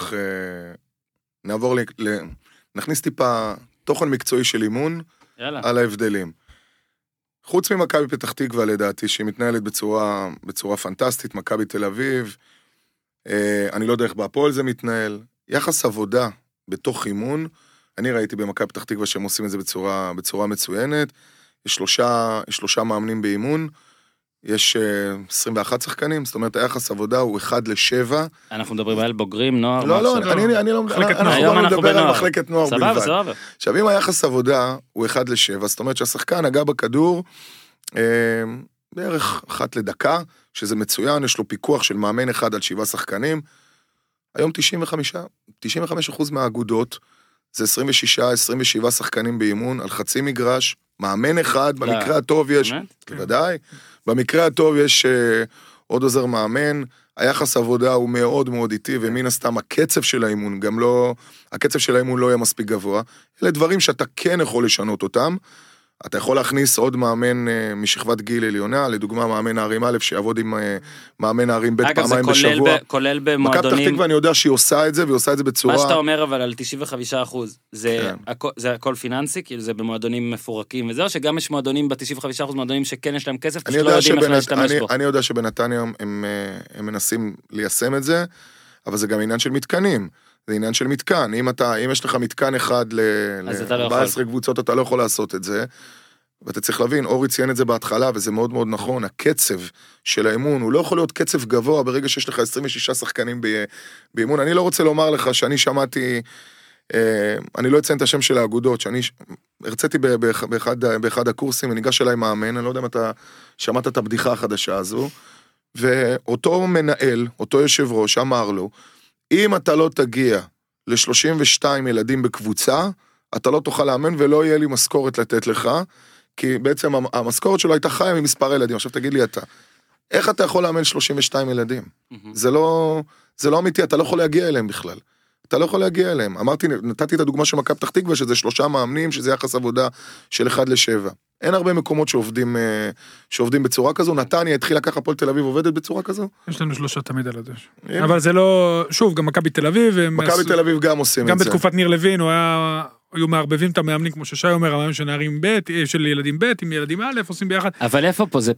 נעבור נכניס טיפה תוכן מקצועי של אימון, על ההבדלים. חוץ ממכבי פתח תקווה לדעתי, שהיא מתנהלת בצורה פנטסטית, מכבי תל אביב, אני לא יודע איך בהפועל זה מתנהל, יחס עבודה בתוך אימון, אני ראיתי במכבי פתח תקווה שהם עושים את זה בצורה מצוינת, יש שלושה מאמנים באימון, יש 21 שחקנים, זאת אומרת היחס עבודה הוא 1-7. אנחנו מדברים על בוגרים, נוער. לא, אני לא מדבר על מחלקת נוער בלבד. סבבה. עכשיו אם היחס עבודה הוא 1-7, זאת אומרת שהשחקן נגע בכדור בערך 1 לדקה, שזה מצוין, יש לו פיקוח של מאמן אחד על 7 שחקנים, היום 95% מהאגודות, זה 26-27 שחקנים באימון, על חצי מגרש, מאמן אחד, במקרה הטוב יש, בוודאי, במקרה הטוב יש עוד עוזר מאמן, היחס עבודה הוא מאוד מאוד איטי, ומן הסתם הקצב של האימון, גם לא, הקצב של האימון לא יהיה מספיק גבוה, אלה דברים שאתה כן יכול לשנות אותם, אתה יכול להכניס עוד מאמן משכבת גיל עליונה, לדוגמה מאמן הערים א' שיעבוד עם מאמן הערים ב' פעמיים בשבוע. אגב, זה כולל במועדונים. מכבי פתח תקווה, אני יודע שהיא עושה את זה, והיא עושה את זה בצורה... מה שאתה אומר אבל על 95%, זה הכל פיננסי, כאילו זה במועדונים מפורקים וזהו, שגם יש מועדונים ב-95% מועדונים שכן יש להם כסף, פשוט לא יודעים איך להשתמש בו. אני יודע שבנתניה הם מנסים ליישם את זה, אבל זה גם עניין של מתקנים. זה עניין של מתקן, אם יש לך מתקן אחד ל-14 קבוצות, אתה לא יכול לעשות את זה, ואתה צריך להבין, אורי ציין את זה בהתחלה, וזה מאוד מאוד נכון, הקצב של האימון, הוא לא יכול להיות קצב גבוה, ברגע שיש לך 26 שחקנים באימון, אני לא רוצה לומר לך שאני שמעתי, אני לא אציין את השם של האגודות, שאני הרציתי באחד הקורסים, וניגש אליי מאמן, אני לא יודע אם אתה שמעת את הבדיחה החדשה הזו, ואותו מנהל, אותו יושב ראש, אמר לו, אם אתה לא תגיע ל-32 ילדים בקבוצה, אתה לא תוכל לאמן ולא יהיה לי משכורת לתת לך, כי בעצם המשכורת שלו הייתה חיה ממספר ילדים. עכשיו תגיד לי אתה, איך אתה יכול לאמן 32 ילדים? זה לא אמיתי, אתה לא יכול להגיע אליהם בכלל. אתה לא יכול להגיע אליהם. נתתי את הדוגמה של מכבי פתח תקווה, שזה 3 מאמנים, שזה יחס עבודה של 1-7. אין הרבה מקומות שעובדים בצורה כזו. נתניה התחילה ככה, הפועל תל אביב עובדת בצורה כזו. יש לנו 3 תמיד על הדש. אבל זה לא, שוב, גם מכבי תל אביב. מכבי תל אביב גם עושים את זה. גם בתקופת ניר לוין, היו מערבבים את המאמנים, כמו ששי אומר, המאמנים של נערים ב', של ילדים ב', עם ילדים א', עושים ביחד. אבל איפה פה? זה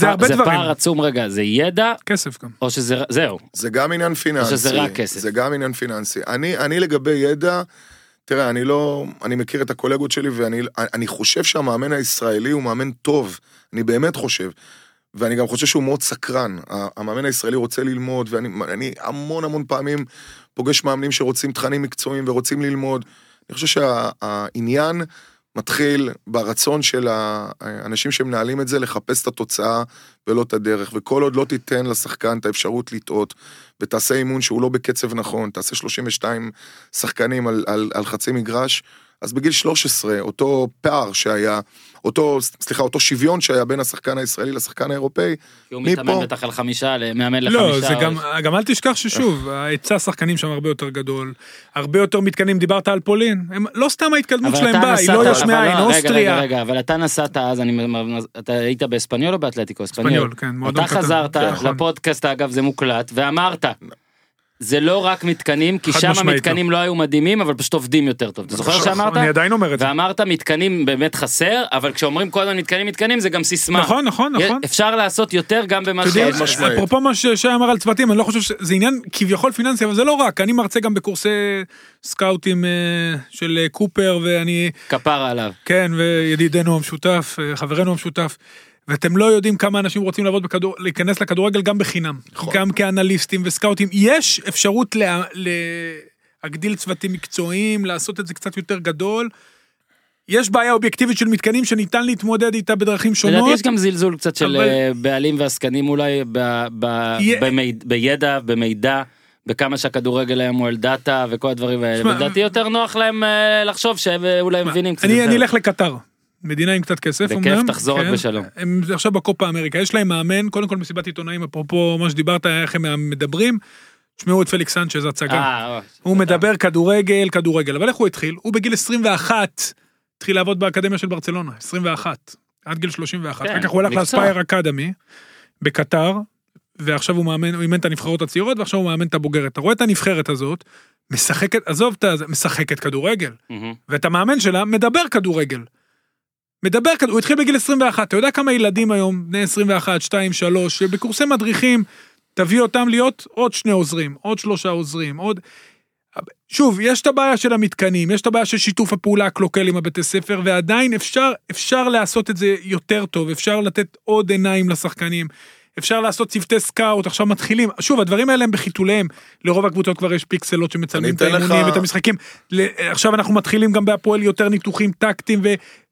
פער עצום רגע, זה ידע? כסף גם. או שזה, זהו. זה גם עניין פיננסי. או שזה רק כסף. זה גם עניין פיננסי. אני לגבי ידע, תראה, אני מכיר את הקולגות שלי, ואני חושב שהמאמן הישראלי הוא מאמן טוב, אני באמת חושב, ואני גם חושב שהוא מאוד סקרן, המאמן הישראלי רוצה ללמוד, ואני המון פעמים פוגש מאמנים שרוצים תכנים מקצועיים ורוצים ללמוד, אני חושב שהעניין מתחיל ברצון של האנשים שמנהלים את זה, לחפש את התוצאה ולא את הדרך, וכל עוד לא תיתן לשחקן את האפשרות לטעות, ותעשה אימון שהוא לא בקצב נכון, תעשה 32 שחקנים על חצי מגרש, אז בגיל 13, אותו פער שהיה, אותו שוויון שהיה בין השחקן הישראלי לשחקן האירופאי, כי הוא מתאמן בטח על 5, מאמן ל5. לא, זה גם אל תשכח ששוב, ההיצע השחקנים שם הרבה יותר גדול, הרבה יותר מתקנים, דיברת על פולין, לא סתם ההתקדמות שלהם באה, היא לא יש מאין, אוסטריה. רגע, אבל אתה נסעת אז, אתה היית באספניול או באתלטיקו? אספניול, כן. אתה חזרת לפודקאסט, אגב, זה מוקלט, ואמרת, זה לא רק מתקנים, כי שם המתקנים לא היו מדהימים, אבל פשוט עובדים יותר טוב. אתה זוכר שאמרת? אני עדיין אומר את זה. ואמרת, מתקנים באמת חסר, אבל כשאומרים כל הזמן מתקנים, זה גם סיסמה. נכון. אפשר לעשות יותר גם במה משמעית. אפרופו מה שאמר על צוותים, אני לא חושב שזה עניין כביכול פיננסי, אבל זה לא רק. אני מרצה גם בקורסי סקאוטים של קופר, ואני... כפרה עליו. כן, וידידנו המשותף, חברנו המשותף. ואתם לא יודעים כמה אנשים רוצים להיכנס לכדורגל גם בחינם, גם כאנליסטים וסקאוטים, יש אפשרות להגדיל צוותים מקצועיים, לעשות את זה קצת יותר גדול, יש בעיה אובייקטיבית של מתקנים שניתן להתמודד איתה בדרכים שונות. יש גם זלזול קצת של בעלים ועסקנים אולי בידע, במידע, בכמה שהכדורגל היום הוא על דאטה וכל הדברים האלה, ולדעתי יותר נוח להם לחשוב שאולי מבינים קצת יותר. אני אלך לקטר. מדינה עם קצת כסף. בכיף, תחזור רק בשלום. הם עכשיו בקופה אמריקה, יש להם מאמן, קודם כל מסיבת עיתונאים, אפרופו מה שדיברת, איך הם מדברים, תשמעו את פליקס סנצ'ז, הצגה. הוא מדבר כדורגל, אבל איך הוא התחיל? הוא בגיל 21, התחיל לעבוד באקדמיה של ברצלונה, 21, עד גיל 31. אחר כך הוא הלך לאספייר אקדמי, בקטר, ועכשיו הוא אימן את הנבחרות הצעירות, ועכשיו הוא מאמן את הבוגרת. אתה רואה את הנבחרת הזאת, משחקת כדורגל, ואת המאמן שלה מדבר כדורגל. הוא התחיל בגיל 21, אתה יודע כמה ילדים היום, בני 21, 2, 3, שבקורסי מדריכים, תביא אותם להיות עוד 2 עוזרים, עוד 3 עוזרים, עוד... שוב, יש את הבעיה של המתקנים, יש את הבעיה של שיתוף הפעולה הקלוקל עם הבתי ספר, ועדיין אפשר לעשות את זה יותר טוב, אפשר לתת עוד עיניים לשחקנים, אפשר לעשות צוותי סקאוט, עכשיו מתחילים, שוב, הדברים האלה הם בחיתוליהם, לרוב הקבוצות כבר יש פיקסלות שמצלמים את האימונים ואת המשחקים, עכשיו אנחנו מתחילים גם בהפועל יותר ניתוחים טקטיים,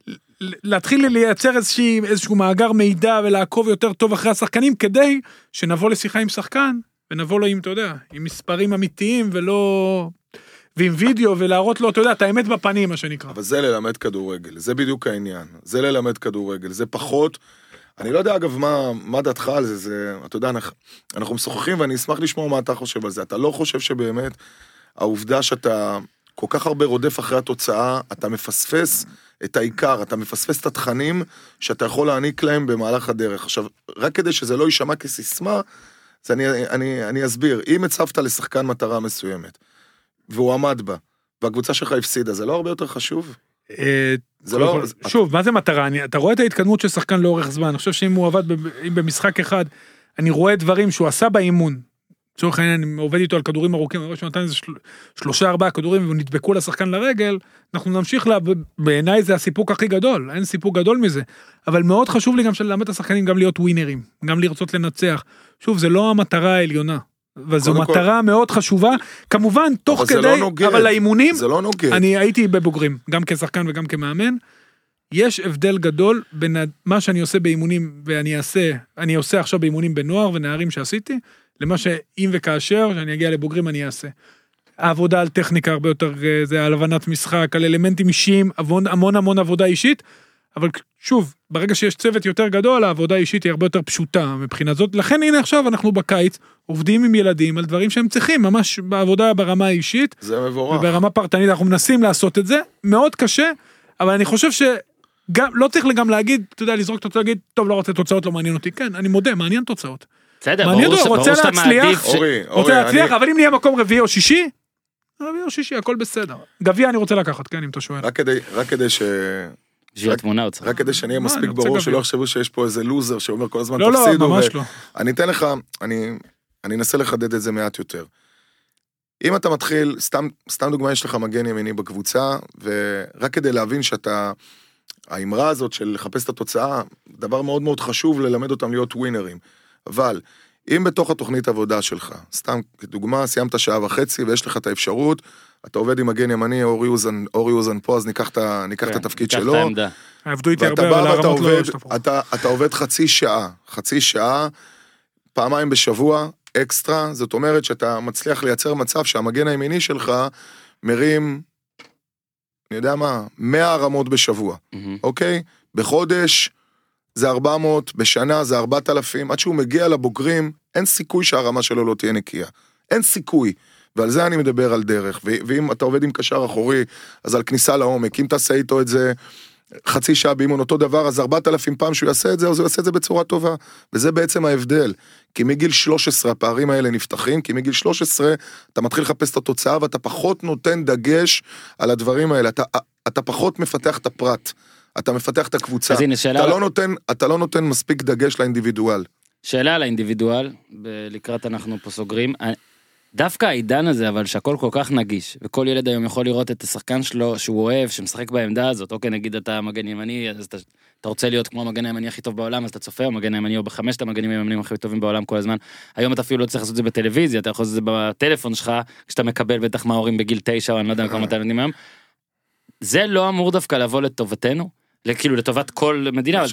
להתחיל לייצר איזשהו מאגר מידע ולעקוב יותר טוב אחרי השחקנים, כדי שנבוא לשיחה עם שחקן, ונבוא לו עם, אתה יודע, עם מספרים אמיתיים ולא... ועם וידאו, ולהראות לו, אתה יודע, את האמת בפנים, מה שנקרא. אבל זה ללמד כדורגל, זה בדיוק העניין. זה ללמד כדורגל, זה פחות... אני לא יודע, אגב, מה דעתך על זה, אתה יודע, אנחנו משוחחים, ואני אשמח לשמוע מה אתה חושב על זה. אתה לא חושב שבאמת העובדה שאתה כל כך הרבה רודף אחרי התוצאה, אתה מפספס את העיקר, אתה מפספס את התכנים שאתה יכול להעניק להם במהלך הדרך. עכשיו, רק כדי שזה לא יישמע כסיסמה, אז אני אסביר. אם הצבת לשחקן מטרה מסוימת, והוא עמד בה, והקבוצה שלך הפסידה, זה לא הרבה יותר חשוב? זה לא... שוב, מה זה מטרה? אתה רואה את ההתקדמות של שחקן לאורך זמן, אני חושב שאם הוא עבד במשחק אחד, אני רואה דברים שהוא עשה באימון, לצורך העניין, אני עובד איתו על כדורים ארוכים, אני רואה שהוא נתן איזה 3-4 כדורים, ונדבקו לשחקן לרגל, אנחנו נמשיך בעיניי זה הסיפוק הכי גדול, אין סיפוק גדול מזה, אבל מאוד חשוב לי גם ללמד את השחקנים גם להיות ווינרים, גם לרצות לנצח. שוב, זה לא המטרה העליונה, וזו מטרה מאוד חשובה, כמובן, תוך כדי, אבל האימונים, אני הייתי בבוגרים, גם כשחקן וגם כמאמן, יש הבדל גדול בין מה שאני עושה באימונים, ואני עושה עכשיו באימונים בנוער ונערים שעשיתי, למה שאם וכאשר, שאני אגיע לבוגרים אני אעשה. העבודה על טכניקה הרבה יותר, זה על הבנת משחק, על אלמנטים אישיים, המון עבודה אישית, אבל שוב, ברגע שיש צוות יותר גדול, העבודה האישית היא הרבה יותר פשוטה מבחינה זאת, לכן הנה עכשיו אנחנו בקיץ, עובדים עם ילדים על דברים שהם צריכים, ממש בעבודה ברמה האישית, זה מבורך. וברמה פרטנית אנחנו מנסים לעשות את זה, מאוד קשה, אבל אני חושב שגם, לא צריך גם להגיד, אתה יודע, לזרוק תוצאות, להגיד, טוב, לא רוצה תוצאות, לא מעניין אותי, כן, אני מודה, מעניין תוצאות. בסדר, רוצה להצליח, אבל אם נהיה מקום רביעי או שישי, הכל בסדר. גביע אני רוצה לקחת, כן, אם אתה שואל. רק כדי רק כדי שאני אהיה מספיק ברור שלא יחשבו שיש פה איזה לוזר שאומר כל הזמן תפסידו. לא, ממש לא. אני אתן לך, אני אנסה לחדד את זה מעט יותר. אם אתה מתחיל, סתם דוגמה, יש לך מגן ימיני בקבוצה, ורק כדי להבין שאתה, האמרה הזאת של לחפש את התוצאה, דבר מאוד מאוד חשוב ללמד אותם להיות ווינרים. אבל אם בתוך התוכנית עבודה שלך, סתם כדוגמה, סיימת שעה וחצי ויש לך את האפשרות, אתה עובד עם מגן ימני, אורי אוזן פה, אז ניקח את התפקיד שלו. עבדו איתי הרבה, אבל הרמות לא השתפרו. אתה עובד חצי שעה, פעמיים בשבוע, אקסטרה, זאת אומרת שאתה מצליח לייצר מצב שהמגן הימיני שלך מרים, אני יודע מה, 100 הרמות בשבוע, אוקיי? בחודש זה 400, בשנה זה 4,000, עד שהוא מגיע לבוגרים, אין סיכוי שהרמה שלו לא תהיה נקייה. אין סיכוי. ועל זה אני מדבר על דרך. ואם אתה עובד עם קשר אחורי, אז על כניסה לעומק. אם תעשה איתו את זה חצי שעה באימון אותו דבר, אז 4,000 פעם שהוא יעשה את זה, אז הוא יעשה את זה בצורה טובה. וזה בעצם ההבדל. כי מגיל 13 הפערים האלה נפתחים, כי מגיל 13 אתה מתחיל לחפש את התוצאה, ואתה פחות נותן דגש על הדברים האלה. אתה פחות מפתח את הפרט. אתה מפתח את הקבוצה. אתה לא נותן מספיק דגש לאינדיבידואל. שאלה על האינדיבידואל, לקראת אנחנו פה סוגרים. דווקא העידן הזה, אבל שהכל כל כך נגיש, וכל ילד היום יכול לראות את השחקן שלו, שהוא אוהב, שמשחק בעמדה הזאת, אוקיי, נגיד אתה מגן ימני, אז אתה רוצה להיות כמו המגן הימני הכי טוב בעולם, אז אתה צופה, המגן הימני או בחמשת המגנים הימנים הכי טובים בעולם כל הזמן. היום אתה אפילו לא צריך לעשות את זה בטלוויזיה, אתה יכול לעשות את זה בטלפון שלך, כשאתה מקבל בטח מההורים בגיל 9, או אני לא יודע כמה נותנים היום. זה לא אמור דווקא לבוא לטובתנו? כאילו לטובת כל מדינה,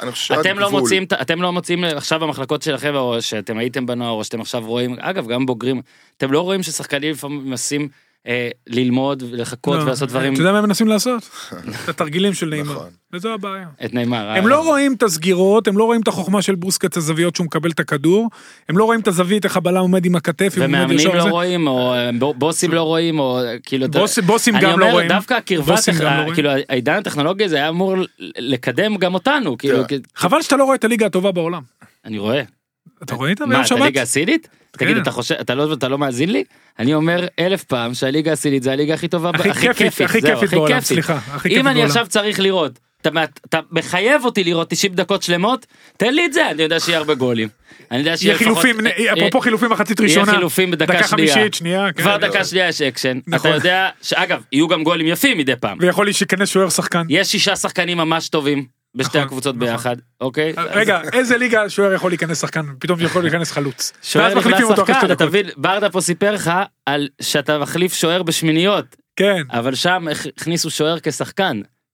אתם לא מוצאים עכשיו במחלקות שלכם, או שאתם הייתם בנוער, או שאתם עכשיו רואים, אגב גם בוגרים, אתם לא רואים ששחקנים לפעמים מנסים ללמוד ולחכות ולעשות דברים. אתה יודע מה הם מנסים לעשות? את התרגילים של נאמר. וזו הבעיה. את נאמר. הם לא רואים את הסגירות, הם לא רואים את החוכמה של בוסקץ הזוויות שהוא מקבל את הכדור, הם לא רואים את הזווית, איך הבלם עומד עם הכתף. ומאמנים לא רואים, או בוסים לא רואים, או כאילו... בוסים גם לא רואים. אני אומר, דווקא הקרבה, כאילו העידן הטכנולוגי זה היה אמור לקדם גם אותנו. חבל שאתה לא רואה את הליגה הטובה בעולם. אני רואה. אתה רואה את מה, את הליגה הסינית? תגיד, אתה לא מאזין לי? אני אומר 1000 פעם שהליגה הסינית זה הליגה הכי טובה, הכי כיפית בעולם, סליחה. אם אני עכשיו צריך לראות, אתה מחייב אותי לראות 90 דקות שלמות, תן לי את זה, אני יודע שיהיה הרבה גולים. יהיה חילופים, אפרופו חילופים מחצית ראשונה, יהיה חילופים בדקה שנייה, כבר דקה שנייה יש אקשן, אתה יודע שאגב, יהיו גם גולים יפים מדי פעם. ויכול לי שיכנס שוער שחקן. יש 6 שחקנים ממש טובים. בשתי הקבוצות ביחד, אוקיי? רגע, איזה ליגה שוער יכול להיכנס שחקן, פתאום יכול להיכנס חלוץ. שוער נכנס שחקן, אתה מבין, ברדה פה סיפר לך על שאתה מחליף שוער בשמיניות. כן. אבל שם הכניסו שוער כשחקן.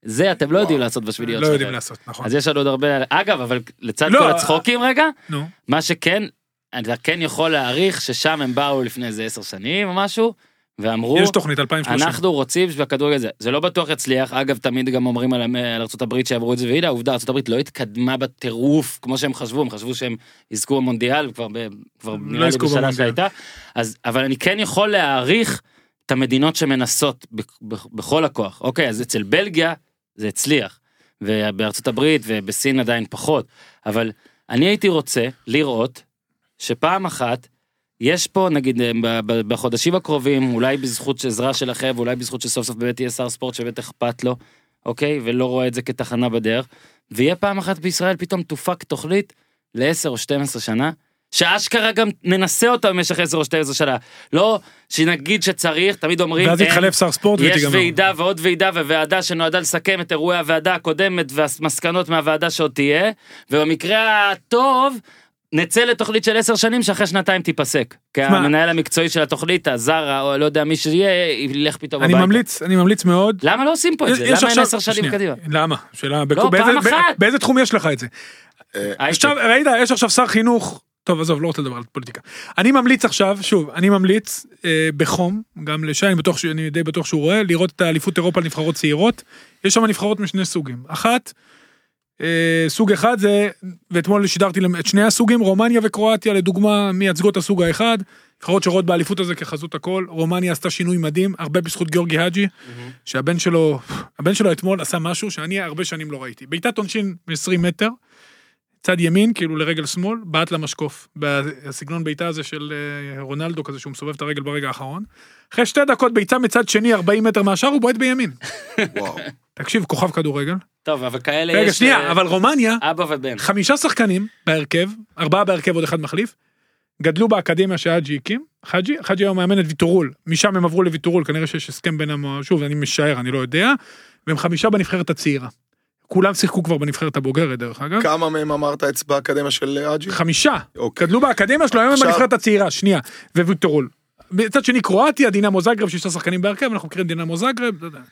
זה אתם לא יודעים לעשות בשביליות לא שלכם. יודעים לעשות, נכון. אז יש לנו עוד הרבה, אגב, אבל לצד לא, כל הצחוקים רגע, נו. מה שכן, אתה כן יכול להעריך ששם הם באו לפני איזה 10 שנים או משהו, ואמרו, יש תוכנית 2030. אנחנו רוצים שבכדורגל הזה, זה לא בטוח יצליח, אגב תמיד גם אומרים על ארצות הברית שעברו את זה, והנה העובדה, ארצות הברית לא התקדמה בטירוף כמו שהם חשבו, הם חשבו שהם יזכו במונדיאל, כבר נראה לי בשנה שהייתה, אבל אני כן יכול להעריך את המדינות שמנסות בכל הכוח, אוקיי, אז אצל בלגיה זה הצליח, ובארצות הברית ובסין עדיין פחות, אבל אני הייתי רוצה לראות שפעם אחת, יש פה נגיד בחודשים הקרובים, אולי בזכות עזרה שלכם, ואולי בזכות שסוף סוף באמת יהיה שר ספורט שבאמת אכפת לו, אוקיי? ולא רואה את זה כתחנה בדרך, ויהיה פעם אחת בישראל פתאום תופק תוכנית ל10 או 12 שנה, שאשכרה גם ננסה אותה במשך 10 או 12 שנה. לא שנגיד שצריך, תמיד אומרים, ואז יתחלף שר ספורט יש ועידה ועוד ועידה וועדה שנועדה לסכם את אירועי הוועדה הקודמת והמסקנות מהוועדה שעוד תהיה, ובמקרה הטוב, נצא לתוכנית של 10 שנים שאחרי שנתיים תיפסק. כי המנהל המקצועי של התוכנית, הזר, או לא יודע מי שיהיה, ילך פתאום הביתה. אני ממליץ מאוד. למה לא עושים פה את זה? למה אין 10 שנים קדימה? למה? לא, פעם אחת. באיזה תחום יש לך את זה? עכשיו, ראית, יש עכשיו שר חינוך, טוב, עזוב, לא רוצה לדבר על פוליטיקה. אני ממליץ עכשיו, שוב, אני ממליץ בחום, גם לשי, אני די בטוח שהוא רואה, לראות את האליפות אירופה לנבחרות צעירות. יש שם נבחרות משני סוגים. אחת, סוג אחד זה, ואתמול שידרתי את שני הסוגים, רומניה וקרואטיה, לדוגמה, מייצגות הסוג האחד, נבחרות שרואות באליפות הזה כחזות הכל, רומניה עשתה שינוי מדהים, הרבה בזכות גיאורגי הג'י, שהבן שלו אתמול עשה משהו שאני הרבה שנים לא ראיתי. בעיטת עונשין מ-20 מטר, צד ימין, כאילו לרגל שמאל, בעט למשקוף, בסגנון בעיטה הזה של רונלדו כזה, שהוא מסובב את הרגל ברגע האחרון. אחרי 2 דקות בעיטה מצד שני, 40 מטר מהשאר, הוא בועט בימין. וואו. תקשיב, כוכב כדורגל. טוב, אבל כאלה רגע, יש... שנייה, אבל רומניה, אבא ובן. 5 שחקנים בהרכב, 4 בהרכב, עוד 1 מחליף, גדלו באקדמיה שהאג'י הקים, חאג'י היום מאמן את ויטורול, משם הם עברו לויטורול, כנראה שיש הסכם בינם, שוב, אני משער, אני לא יודע, והם 5 בנבחרת הצעירה. כולם שיחקו כבר בנבחרת הבוגרת, דרך אגב. כמה מהם אמרת אצבע באקדמיה של אג'י? 5. גדלו באקדמיה שלו, היום הם בנבחרת הצעירה, שנייה, וויטורול. בצד שני, קרואטיה, דינמו זאגרב, 6 שחקנים בהרכב, אנחנו מכירים דינמו זאגרב,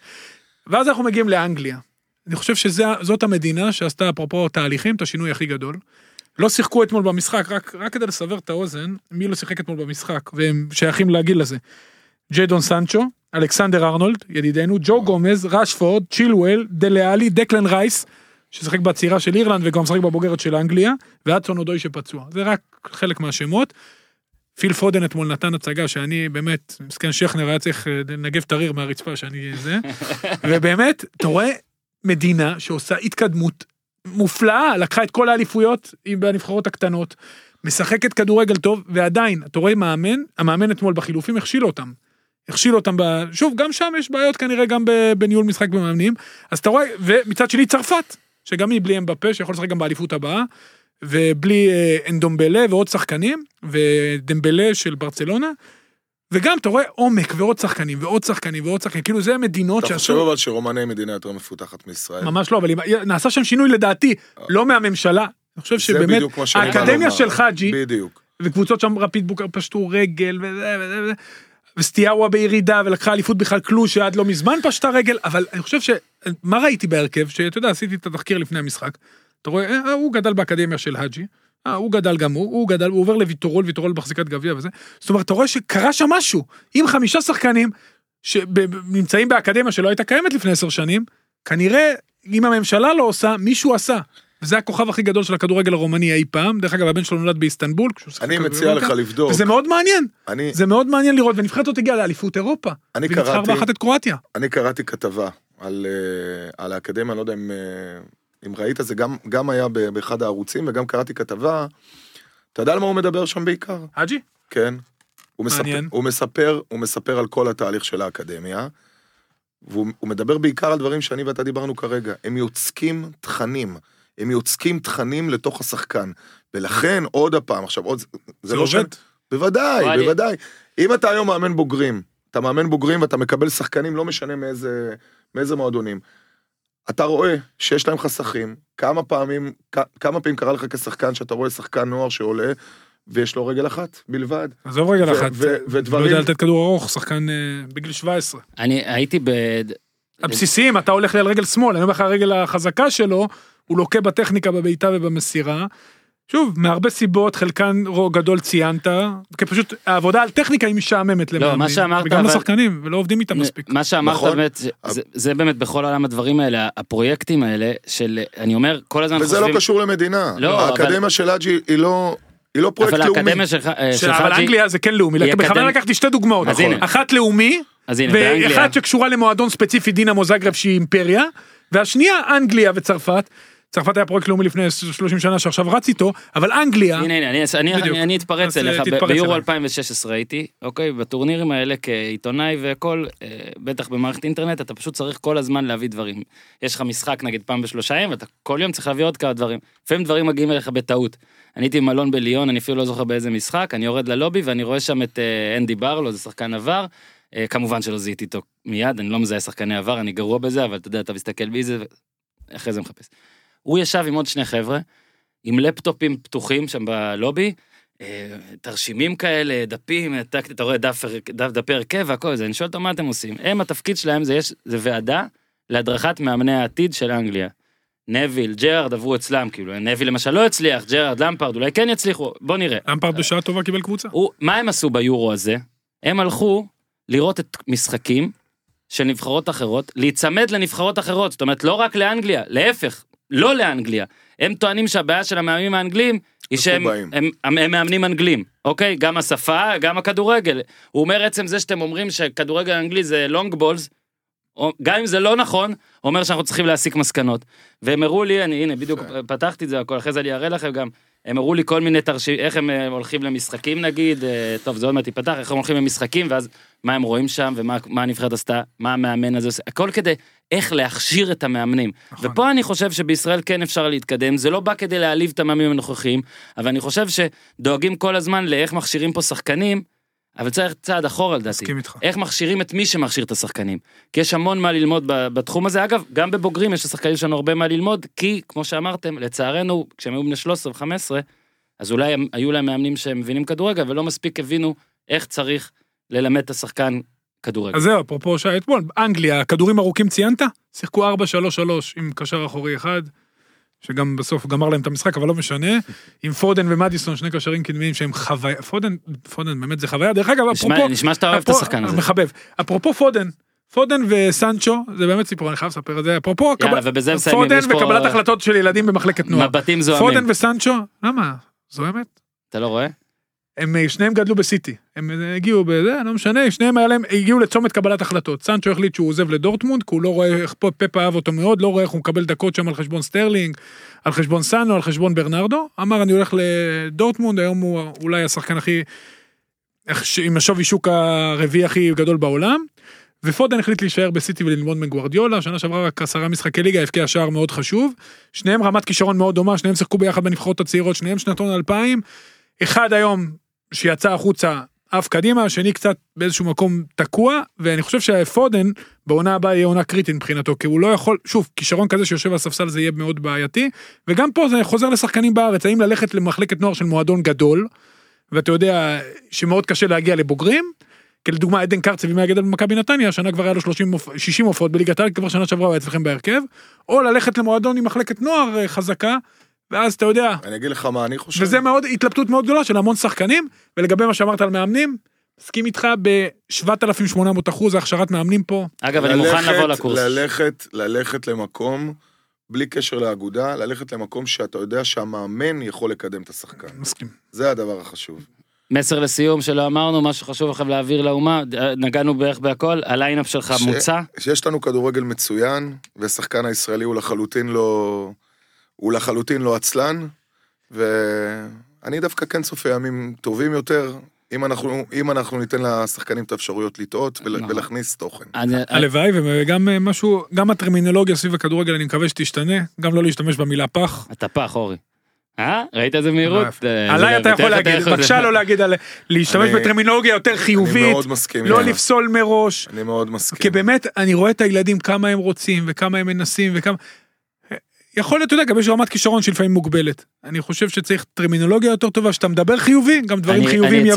ואז אנחנו מגיעים לאנגליה. אני חושב שזאת המדינה שעשתה אפרופו תהליכים, את השינוי הכי גדול. לא שיחקו אתמול במשחק, רק כדי לסבר את האוזן, מי לא שיחק אתמול במשחק, והם שייכים להגיל לזה. ג'יידון סנצ'ו, אלכסנדר ארנולד, ידידנו, ג'ו גומז, רשפורד, צ'ילואל, דלאלי, דקלן רייס, ששחק בצעירה של אירלנד, וגם משחק בבוגרת של אנגליה, ואדסון אודוי שפצוע. זה רק חלק מהשמות. פיל פודן אתמול נתן הצגה שאני באמת, מסכן שכנר היה צריך לנגב תריר מהרצפה שאני זה, ובאמת, אתה רואה מדינה שעושה התקדמות מופלאה, לקחה את כל האליפויות בנבחרות הקטנות, משחקת כדורגל טוב, ועדיין, אתה רואה המאמן אתמול בחילופים הכשיל אותם, שוב, גם שם יש בעיות כנראה גם בניהול משחק במאמנים, אז אתה רואה, ומצד שני צרפת, שגם היא בלי אמבפה, שיכול לשחק גם באליפות הבאה, ובלי אנדומבלה ועוד שחקנים, ודמבלה של ברצלונה, וגם אתה רואה עומק ועוד שחקנים, ועוד שחקנים, ועוד שחקנים, כאילו זה מדינות אתה חושב אבל שרומניה היא מדינה יותר מפותחת מישראל? ממש לא, אבל נעשה שם שינוי לדעתי, לא מהממשלה, אני חושב שבאמת, האקדמיה של חאג'י, וקבוצות שם רפיד בוקר פשטו רגל, וסטיאווה בירידה, ולקחה אליפות בכלל קלוש, שעד לא מזמן פשטה רגל, אבל אני חושב מה ראיתי בהרכב, שאתה יודע, עשיתי את התחקיר לפני המשחק, אתה רואה, הוא גדל באקדמיה של הג'י, הוא גדל גם הוא עובר לויטורול, ויטורול בחזיקת גביע וזה, זאת אומרת, אתה רואה שקרה שם משהו, עם 5 שחקנים, שנמצאים באקדמיה שלא הייתה קיימת לפני 10 שנים, כנראה, אם הממשלה לא עושה, מישהו עשה, וזה הכוכב הכי גדול של הכדורגל הרומני אי פעם, דרך אגב, הבן שלו נולד באיסטנבול, אני מציע לך לבדוק. וזה מאוד מעניין, זה מאוד מעניין לראות, ונבחרת אותי הגיעה לאליפות אירופה, וניצחה 4-1 את קרואטיה. אני קראתי כתבה על האקדמיה, אני לא יודע אם ראית, זה גם היה באחד הערוצים, וגם קראתי כתבה, אתה יודע על מה הוא מדבר שם בעיקר? הג'י? כן. הוא מספר על כל התהליך של האקדמיה, והוא מדבר בעיקר על דברים שאני ואתה דיברנו כרגע, הם יוצקים תכנים לתוך השחקן, ולכן עוד הפעם, עכשיו עוד, זה עובד? בוודאי. אם אתה היום מאמן בוגרים, ואתה מקבל שחקנים, לא משנה מאיזה מועדונים, אתה רואה שיש להם חסכים, כמה פעמים קרה לך כשחקן, שאתה רואה שחקן נוער שעולה, ויש לו רגל אחת בלבד. עזוב רגל אחת, לא יודע לתת כדור ארוך, שחקן בגיל 17. אני הייתי הבסיסיים, אתה הולך על רגל שמאל, אני אומר לך, הרגל החזקה שלו, הוא לוקה בטכניקה, בביתה ובמסירה. שוב, מהרבה סיבות, חלקן גדול ציינת, כי פשוט העבודה על טכניקה היא משעממת למאמנים, וגם לשחקנים, ולא עובדים איתם מספיק. מה שאמרת באמת, זה באמת בכל עולם הדברים האלה, הפרויקטים האלה, של, אני אומר, כל הזמן חושבים... וזה לא קשור למדינה. האקדמיה של אג'י היא לא פרויקט לאומי. אבל האקדמיה שלך... אבל אנגליה זה כן לאומי, בכוונה לקחתי שתי דוגמאות. אחת לאומי, ואחת שקשורה למועדון ספציפי דינמו זאגרב שהיא אימפריה, והשנייה אנגליה וצרפת. צרפת היה פרויקט לאומי לפני 30 שנה שעכשיו רץ איתו, אבל אנגליה... הנה, אני אתפרץ אליך, ביורו 2016 הייתי, אוקיי, בטורנירים האלה כעיתונאי והכל, בטח במערכת אינטרנט, אתה פשוט צריך כל הזמן להביא דברים. יש לך משחק נגיד פעם בשלושה ימים, ואתה כל יום צריך להביא עוד כמה דברים. לפעמים דברים מגיעים אליך בטעות. אני הייתי במלון בליון, אני אפילו לא זוכר באיזה משחק, אני יורד ללובי ואני רואה שם את אנדי ברלו, זה שחקן עבר, כמובן שלא זיהיתי איתו מיד, אני לא מזהה שחקני עבר, אני גרוע בזה, אבל אתה יודע, אתה מסתכל בי זה, אחרי זה מחפש. הוא ישב עם עוד שני חבר'ה, עם לפטופים פתוחים שם בלובי, תרשימים כאלה, דפים, אתה רואה דפי הרכב והכל זה, אני שואל אותם מה אתם עושים? התפקיד שלהם זה ועדה להדרכת מאמני העתיד של אנגליה. נביל, ג'רארד עברו אצלם, כאילו, נביל למשל לא הצליח, ג'רארד, למפרד, אולי כן יצליחו, בוא נראה. למפרד בשעה טובה קיבל קבוצה. מה הם עשו ביורו הזה? הם הלכו לראות את משחקים של נבחרות אחרות, להיצמד לנבחרות אחרות, זאת אומרת, לא רק לאנגליה, להפך, לא לאנגליה. הם טוענים שהבעיה של המאמנים האנגלים היא שהם מאמנים אנגלים, אוקיי? גם השפה, גם הכדורגל. הוא אומר עצם זה שאתם אומרים שכדורגל אנגלי זה לונג בולס, גם אם זה לא נכון, הוא אומר שאנחנו צריכים להסיק מסקנות. והם הראו לי, הנה, בדיוק פתחתי את זה, אחרי זה אני אראה לכם גם, הם הראו לי כל מיני תרשים, איך הם הולכים למשחקים נגיד, טוב, זה עוד מעט ייפתח, איך הם הולכים למשחקים, ואז מה הם רואים שם, ומה הנבחרת עשתה, מה המאמן הזה עושה, הכל כדי איך להכשיר את המאמנים. ופה אני חושב שבישראל כן אפשר להתקדם, זה לא בא כדי להעליב את המאמנים הנוכחים, אבל אני חושב שדואגים כל הזמן לאיך מכשירים פה שחקנים, אבל צריך צעד אחורה לדעתי. איך מכשירים את מי שמכשיר את השחקנים. כי יש המון מה ללמוד בתחום הזה. אגב, גם בבוגרים יש לשחקנים שלנו הרבה מה ללמוד, כי, כמו שאמרתם, לצערנו, כשהם היו בני 13 ו-15, אז אולי היו להם מאמנים שהם מבינים כדורגל, ולא מספיק הבינו איך צריך ללמד את השחקן כדורגל. אז זהו, אפרופו שעה אתמול, אנגליה, כדורים ארוכים ציינת? שיחקו 4-3-3 עם קשר אחורי אחד, שגם בסוף גמר להם את המשחק, אבל לא משנה, עם פודן ומדיסון, שני קשרים קדמיים שהם חוויה, פודן באמת זה חוויה, דרך אגב, אפרופו... נשמע שאתה אוהב את השחקן הזה. מחבב. אפרופו פודן וסנצ'ו, זה באמת סיפור, אני חייב לספר את זה, אפרופו פודן וקבלת החלטות של ילדים במחלקת נוער. מבטים זוהמים. פודן וסנצ'ו, למה? זוהמת? אתה לא רואה? הם שניהם גדלו בסיטי, הם הגיעו בזה, לא משנה, שניהם הגיעו לצומת קבלת החלטות. סנצ'ו החליט שהוא עוזב לדורטמונד, כי הוא לא רואה איך פפה אהב אותו מאוד, לא רואה איך הוא מקבל דקות שם על חשבון סטרלינג, על חשבון סאנו, על חשבון ברנרדו, אמר אני הולך לדורטמונד, היום הוא אולי השחקן הכי, עם השווי שוק הרביעי הכי גדול בעולם, ופודן החליט להישאר בסיטי וללמוד מגוארדיולה, שנה שעברה רק 10 משחקי ליגה, הבקיע שער מאוד חשוב, שניהם רמת כישרון מאוד דומה, שניהם שיחקו ביחד בנבחרות הצעירות, שניהם שנתון 2000, אחד היום שיצא החוצה אף קדימה, השני קצת באיזשהו מקום תקוע, ואני חושב שהפודן בעונה הבאה יהיה עונה קריטית מבחינתו, כי הוא לא יכול, שוב, כישרון כזה שיושב על הספסל זה יהיה מאוד בעייתי, וגם פה זה חוזר לשחקנים בארץ, האם ללכת למחלקת נוער של מועדון גדול, ואתה יודע שמאוד קשה להגיע לבוגרים, כי לדוגמה עדן קרצב, אם היה גדל במכבי נתניה, השנה כבר היה לו 60 הופעות בליגת העל, כבר שנה שעברה הוא היה אצלכם בהרכב, או ללכת למועדון עם מחלקת נוער חזקה, ואז אתה יודע, אני אגיד לך מה אני חושב. וזה מאוד התלבטות מאוד גדולה של המון שחקנים, ולגבי מה שאמרת על מאמנים, מסכים איתך ב-7,800% הכשרת מאמנים פה. אגב, אני מוכן לבוא לקורס. ללכת למקום, בלי קשר לאגודה, ללכת למקום שאתה יודע שהמאמן יכול לקדם את השחקן. מסכים. זה הדבר החשוב. מסר לסיום שלא אמרנו, מה שחשוב לכם להעביר לאומה, נגענו בערך בהכל, הליינאפ שלך מוצע. שיש לנו כדורגל מצוין, והשחקן הישראלי הוא לחלוטין לא עצלן, ואני דווקא כן צופה ימים טובים יותר, אם אנחנו ניתן לשחקנים את האפשרויות לטעות ולהכניס תוכן. הלוואי, וגם משהו, גם הטרמינולוגיה סביב הכדורגל, אני מקווה שתשתנה, גם לא להשתמש במילה פח. אתה פח, אורי. ראית איזה מהירות? עליי אתה יכול להגיד, בבקשה לא להגיד, להשתמש בטרמינולוגיה יותר חיובית, אני מאוד מסכים. לא לפסול מראש. אני מאוד מסכים. כי באמת, אני רואה את הילדים כמה הם רוצים, וכמה הם מנסים, וכמה... יכול להיות, אתה יודע, גם יש רמת כישרון שלפעמים מוגבלת. אני חושב שצריך טרמינולוגיה יותר טובה, שאתה מדבר חיובי, גם דברים חיוביים יבואו,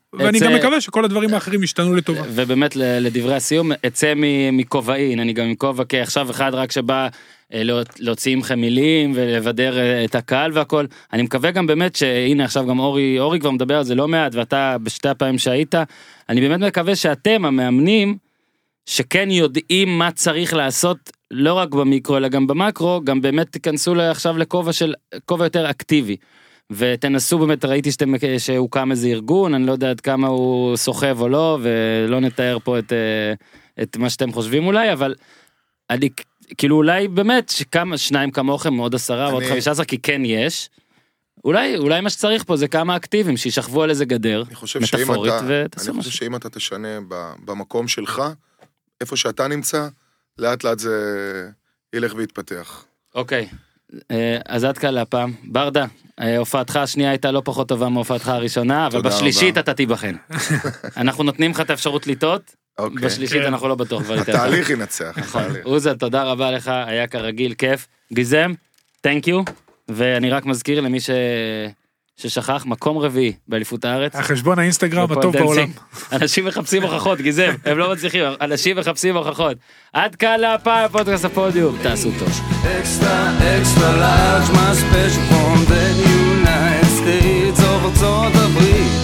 ואני גם מקווה שכל הדברים האחרים ישתנו לטובה. ובאמת לדברי הסיום, אצא מכובעי, אני גם מכובע כעכשיו אחד רק שבא להוציא מכם מילים ולבדר את הקהל והכל. אני מקווה גם באמת שהנה עכשיו גם אורי כבר מדבר על זה לא מעט, ואתה בשתי הפעמים שהיית, אני באמת מקווה שאתם המאמנים, שכן יודעים מה צריך לעשות, לא רק במיקרו אלא גם במקרו, גם באמת תיכנסו עכשיו לכובע יותר אקטיבי. ותנסו באמת, ראיתי שהוקם איזה ארגון, אני לא יודע עד כמה הוא סוחב או לא, ולא נתאר פה את מה שאתם חושבים אולי, אבל אני, כאילו אולי באמת, שניים כמוכם, עוד 10 ועוד 15, כי כן יש, אולי מה שצריך פה זה כמה אקטיבים, שישכבו על איזה גדר, מטאפורית, ותעשו משהו. אני חושב שאם אתה תשנה במקום שלך, איפה שאתה נמצא, לאט לאט זה ילך ויתפתח. אוקיי, אז עד כאן להפעם. ברדה, הופעתך השנייה הייתה לא פחות טובה מהופעתך הראשונה, אבל בשלישית אתה תיבחן. אנחנו נותנים לך את האפשרות לטעות, בשלישית אנחנו לא בטוח. התהליך ינצח. עוזה, תודה רבה לך, היה כרגיל כיף. גיזם, thank you, ואני רק מזכיר למי ששכח, מקום רביעי באליפות הארץ. החשבון האינסטגרם הטוב בעולם. אנשים מחפשים הוכחות, גיזם, הם לא מצליחים, אנשים מחפשים הוכחות. עד כאן להפעם, פודקאסט הפודיום, תעשו טוב. Extra, extra large, my special from the United States of ארצות הברית.